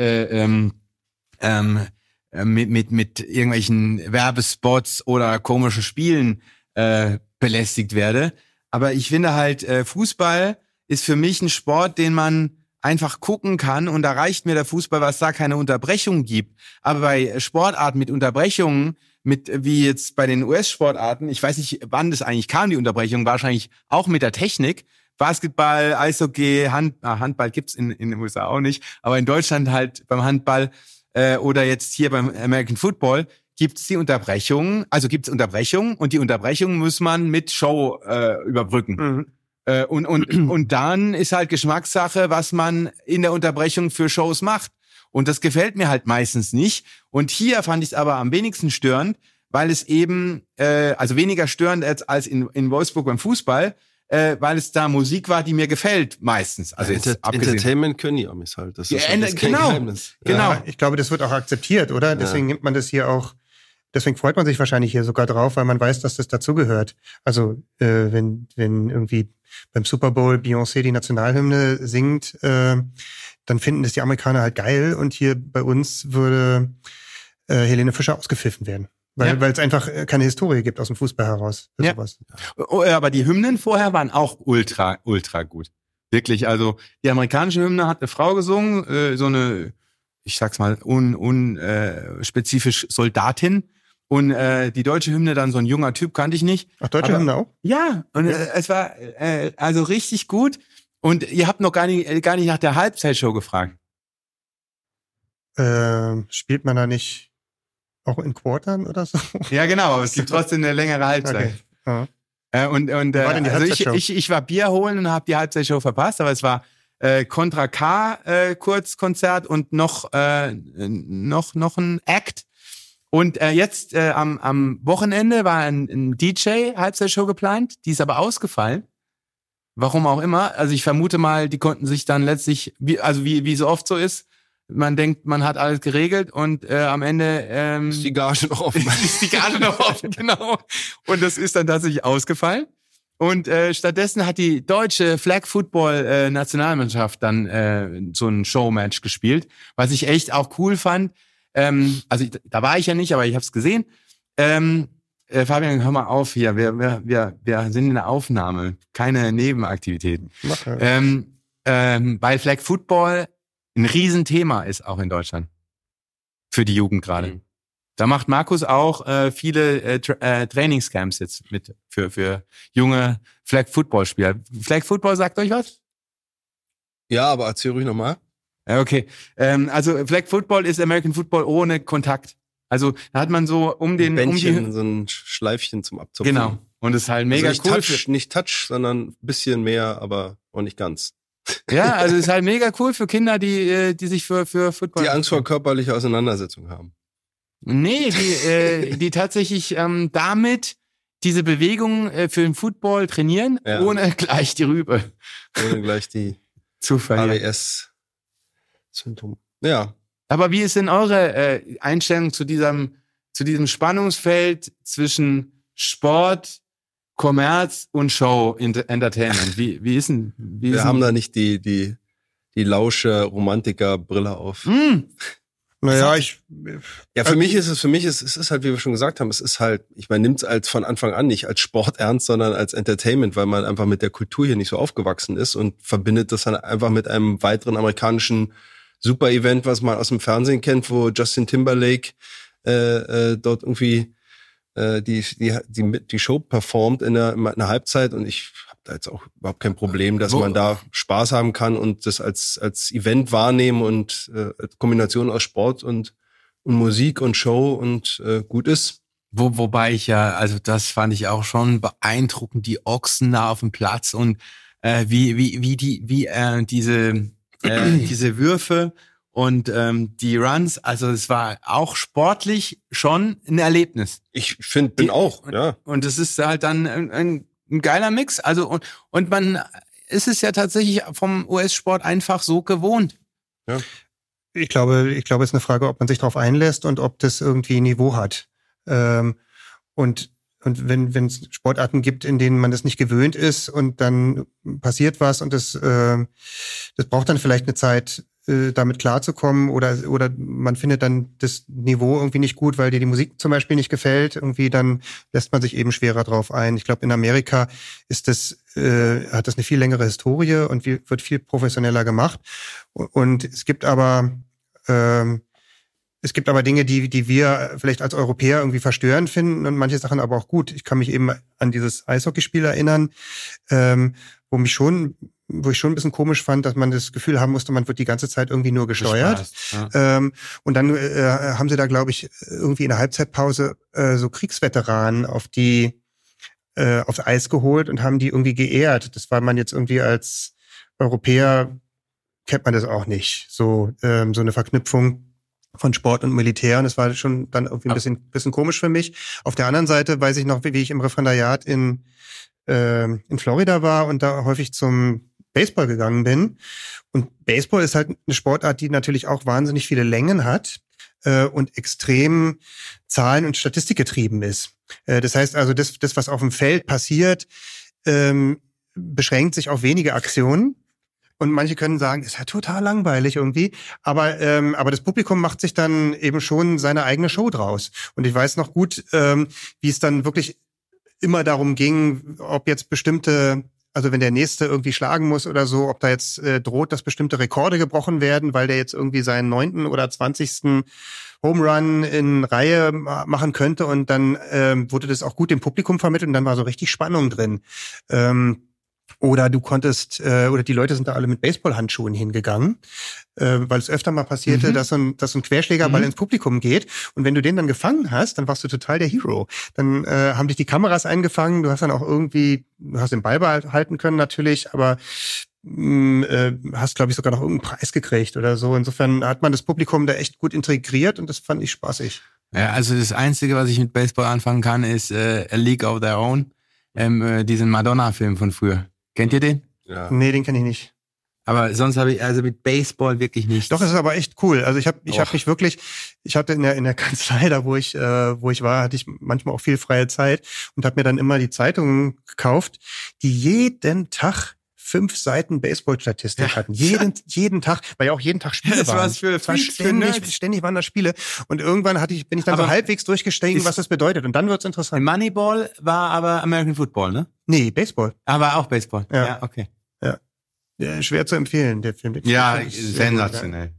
mit irgendwelchen Werbespots oder komischen Spielen belästigt werde. Aber ich finde halt, Fußball ist für mich ein Sport, den man einfach gucken kann und da reicht mir der Fußball, was da keine Unterbrechung gibt. Aber bei Sportarten mit Unterbrechungen, wie jetzt bei den US-Sportarten, ich weiß nicht, wann das eigentlich kam, die Unterbrechung, wahrscheinlich auch mit der Technik. Basketball, Eishockey, Handball gibt's in den USA auch nicht, aber in Deutschland halt beim Handball oder jetzt hier beim American Football gibt's Unterbrechungen und die Unterbrechungen muss man mit Show überbrücken. Mhm. Und dann ist halt Geschmackssache, was man in der Unterbrechung für Shows macht. Und das gefällt mir halt meistens nicht. Und hier fand ich es aber am wenigsten störend, weil es eben, also weniger störend als in Wolfsburg beim Fußball, weil es da Musik war, die mir gefällt meistens. Also jetzt Entertainment können die Amis halt. Das ist kein Geheimnis. Genau. Ja, ich glaube, das wird auch akzeptiert, oder? Deswegen nimmt man das hier auch. Deswegen freut man sich wahrscheinlich hier sogar drauf, weil man weiß, dass das dazugehört. Also wenn irgendwie beim Super Bowl Beyoncé die Nationalhymne singt, dann finden das die Amerikaner halt geil und hier bei uns würde Helene Fischer ausgepfiffen werden. Weil es einfach keine Historie gibt aus dem Fußball heraus. Ja. Sowas. Aber die Hymnen vorher waren auch ultra gut. Wirklich, also die amerikanische Hymne hat eine Frau gesungen, so eine, ich sag's mal, spezifisch Soldatin. Und die deutsche Hymne dann so ein junger Typ, kannte ich nicht. Ach, deutsche Hymne auch? Ja, und es war also richtig gut. Und ihr habt noch gar nicht nach der Halbzeitshow gefragt. Spielt man da nicht auch in Quartern oder so? Ja, genau, aber es gibt trotzdem eine längere Halbzeit. Okay. Also ich war Bier holen und habe die Halbzeitshow verpasst, aber es war Contra K Kurzkonzert und noch ein Act. Und jetzt am Wochenende war ein DJ-Halbzeitshow geplant, die ist aber ausgefallen. Warum auch immer. Also ich vermute mal, die konnten sich dann letztlich, wie so oft so ist, man denkt, man hat alles geregelt und am Ende ist die Gage noch offen. Ist die Gage noch offen, genau. Und das ist dann tatsächlich ausgefallen. Und stattdessen hat die deutsche Flag-Football-Nationalmannschaft dann so ein Showmatch gespielt, was ich echt auch cool fand. Da war ich ja nicht, aber ich habe es gesehen. Fabian, hör mal auf hier. Wir sind in der Aufnahme, keine Nebenaktivitäten. Weil Flag Football ein Riesenthema ist auch in Deutschland für die Jugend gerade. Mhm. Da macht Markus auch viele Trainingscamps jetzt mit für junge Flag Football Spieler. Flag Football sagt euch was? Ja, aber erzähl ruhig nochmal. Okay, also Flag Football ist American Football ohne Kontakt. Also da hat man so so ein Schleifchen zum Abzupfen. Genau. Und es ist halt mega also cool. Nicht Touch, sondern ein bisschen mehr, aber auch nicht ganz. Ja, also es ist halt mega cool für Kinder, die sich für Football... Die Angst vor körperlicher Auseinandersetzung haben. Nee, die tatsächlich damit diese Bewegung für den Football trainieren, ohne gleich die Rübe. Ohne gleich die zu verlieren. AWS-Symptome. Ja. Aber wie ist denn eure Einstellung zu diesem Spannungsfeld zwischen Sport, Kommerz und Show, Entertainment? Wie ist denn? Wir haben da nicht die lausche Romantiker-Brille auf. Naja, für mich ist es halt, wie wir schon gesagt haben, es ist halt, ich meine, nimmt es als von Anfang an nicht als Sport ernst, sondern als Entertainment, weil man einfach mit der Kultur hier nicht so aufgewachsen ist und verbindet das dann einfach mit einem weiteren amerikanischen Super-Event, was man aus dem Fernsehen kennt, wo Justin Timberlake dort irgendwie die Show performt in einer Halbzeit, und ich habe da jetzt auch überhaupt kein Problem, dass man da Spaß haben kann und das als Event wahrnehmen und Kombination aus Sport und Musik und Show und gut ist. Wobei also das fand ich auch schon beeindruckend, die Ochsen da auf dem Platz und diese Würfe und die Runs, also es war auch sportlich schon ein Erlebnis. Ich bin auch, ja. Und es ist halt dann ein geiler Mix. Also und man ist es ja tatsächlich vom US-Sport einfach so gewohnt. Ja. Ich glaube, es ist eine Frage, ob man sich darauf einlässt und ob das irgendwie Niveau hat. Und wenn es Sportarten gibt, in denen man das nicht gewöhnt ist und dann passiert was und das braucht dann vielleicht eine Zeit, damit klarzukommen, oder man findet dann das Niveau irgendwie nicht gut, weil dir die Musik zum Beispiel nicht gefällt, irgendwie, dann lässt man sich eben schwerer drauf ein. Ich glaube, in Amerika hat das eine viel längere Historie und wird viel professioneller gemacht. Und es gibt aber Dinge, die wir vielleicht als Europäer irgendwie verstörend finden und manche Sachen aber auch gut. Ich kann mich eben an dieses Eishockeyspiel erinnern, wo ich schon ein bisschen komisch fand, dass man das Gefühl haben musste, man wird die ganze Zeit irgendwie nur gesteuert. Ja. Und dann haben sie da, glaube ich, irgendwie in der Halbzeitpause so Kriegsveteranen aufs Eis geholt und haben die irgendwie geehrt. Das war man jetzt irgendwie als Europäer, kennt man das auch nicht. So eine Verknüpfung von Sport und Militär, und das war schon dann irgendwie ein bisschen komisch für mich. Auf der anderen Seite weiß ich noch, wie ich im Referendariat in Florida war und da häufig zum Baseball gegangen bin. Und Baseball ist halt eine Sportart, die natürlich auch wahnsinnig viele Längen hat und extrem Zahlen- und Statistik getrieben ist. Das heißt also, das, was auf dem Feld passiert, beschränkt sich auf wenige Aktionen. Und manche können sagen, ist ja total langweilig irgendwie. Aber das Publikum macht sich dann eben schon seine eigene Show draus. Und ich weiß noch gut, wie es dann wirklich immer darum ging, ob jetzt also wenn der Nächste irgendwie schlagen muss oder so, ob da jetzt droht, dass bestimmte Rekorde gebrochen werden, weil der jetzt irgendwie seinen 9. oder 20. Home Run in Reihe machen könnte. Und dann wurde das auch gut dem Publikum vermittelt und dann war so richtig Spannung drin. Oder du konntest, oder die Leute sind da alle mit Baseballhandschuhen hingegangen, weil es öfter mal passierte, dass so ein Querschlägerball ins Publikum geht. Und wenn du den dann gefangen hast, dann warst du total der Hero. Dann haben dich die Kameras eingefangen, du hast dann auch du hast den Ball behalten können natürlich, aber hast, glaube ich, sogar noch irgendeinen Preis gekriegt oder so. Insofern hat man das Publikum da echt gut integriert und das fand ich spaßig. Ja, also das Einzige, was ich mit Baseball anfangen kann, ist A League of Their Own, diesen Madonna-Film von früher. Kennt ihr den? Ja. Nee, den kenne ich nicht. Aber sonst habe ich also mit Baseball wirklich nichts. Doch, es ist aber echt cool. Also ich habe mich wirklich, ich hatte in der Kanzlei, da wo ich war, hatte ich manchmal auch viel freie Zeit und habe mir dann immer die Zeitungen gekauft, die jeden Tag 5 Seiten Baseball-Statistik hatten. Jeden Tag, weil ja auch jeden Tag Spiele waren. Ständig waren da Spiele. Und irgendwann bin ich dann so halbwegs durchgestiegen, was das bedeutet. Und dann wird's interessant. Moneyball war aber American Football, ne? Nee, Baseball. Aber auch Baseball. Ja, okay. Ja, schwer zu empfehlen, der Film. Ja, sensationell.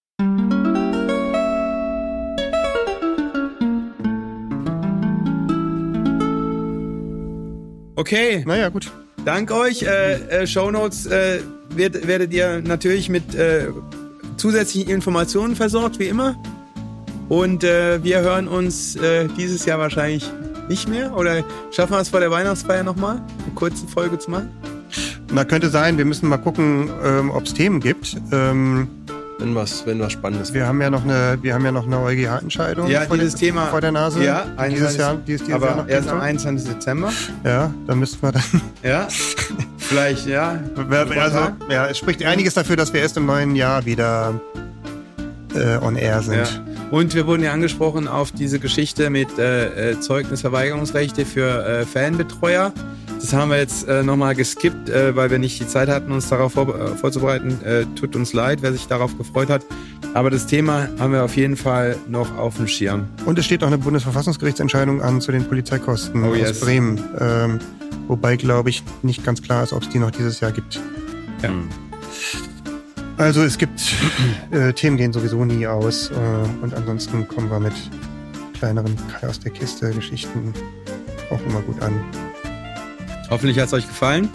Okay. Naja, gut. Dank euch. Shownotes werdet ihr natürlich mit zusätzlichen Informationen versorgt, wie immer. Und wir hören uns dieses Jahr wahrscheinlich nicht mehr. Oder schaffen wir es vor der Weihnachtsfeier nochmal, eine kurze Folge zu machen? Na, könnte sein. Wir müssen mal gucken, ob es Themen gibt. Wenn was Spannendes. Wir haben ja noch eine EuGH-Entscheidung Thema vor der Nase. Ja, dieses Jahr aber noch erst am 21. Dezember. Ja, da müssten wir dann. Ja, vielleicht, ja. Also, es spricht einiges dafür, dass wir erst im neuen Jahr wieder on air sind. Ja. Und wir wurden ja angesprochen auf diese Geschichte mit Zeugnisverweigerungsrechte für Fanbetreuer. Das haben wir jetzt nochmal geskippt, weil wir nicht die Zeit hatten, uns darauf vorzubereiten. Tut uns leid, wer sich darauf gefreut hat. Aber das Thema haben wir auf jeden Fall noch auf dem Schirm. Und es steht auch eine Bundesverfassungsgerichtsentscheidung an zu den Polizeikosten aus Bremen. Wobei, glaube ich, nicht ganz klar ist, ob es die noch dieses Jahr gibt. Ja. Also es gibt, Themen gehen sowieso nie aus. Und ansonsten kommen wir mit kleineren Kai aus der Kiste Geschichten auch immer gut an. Hoffentlich hat es euch gefallen.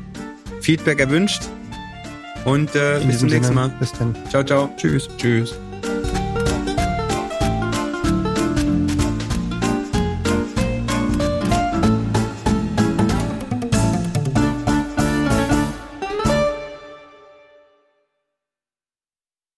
Feedback erwünscht. Und bis zum nächsten Mal. Bis dann. Ciao, ciao. Tschüss. Tschüss.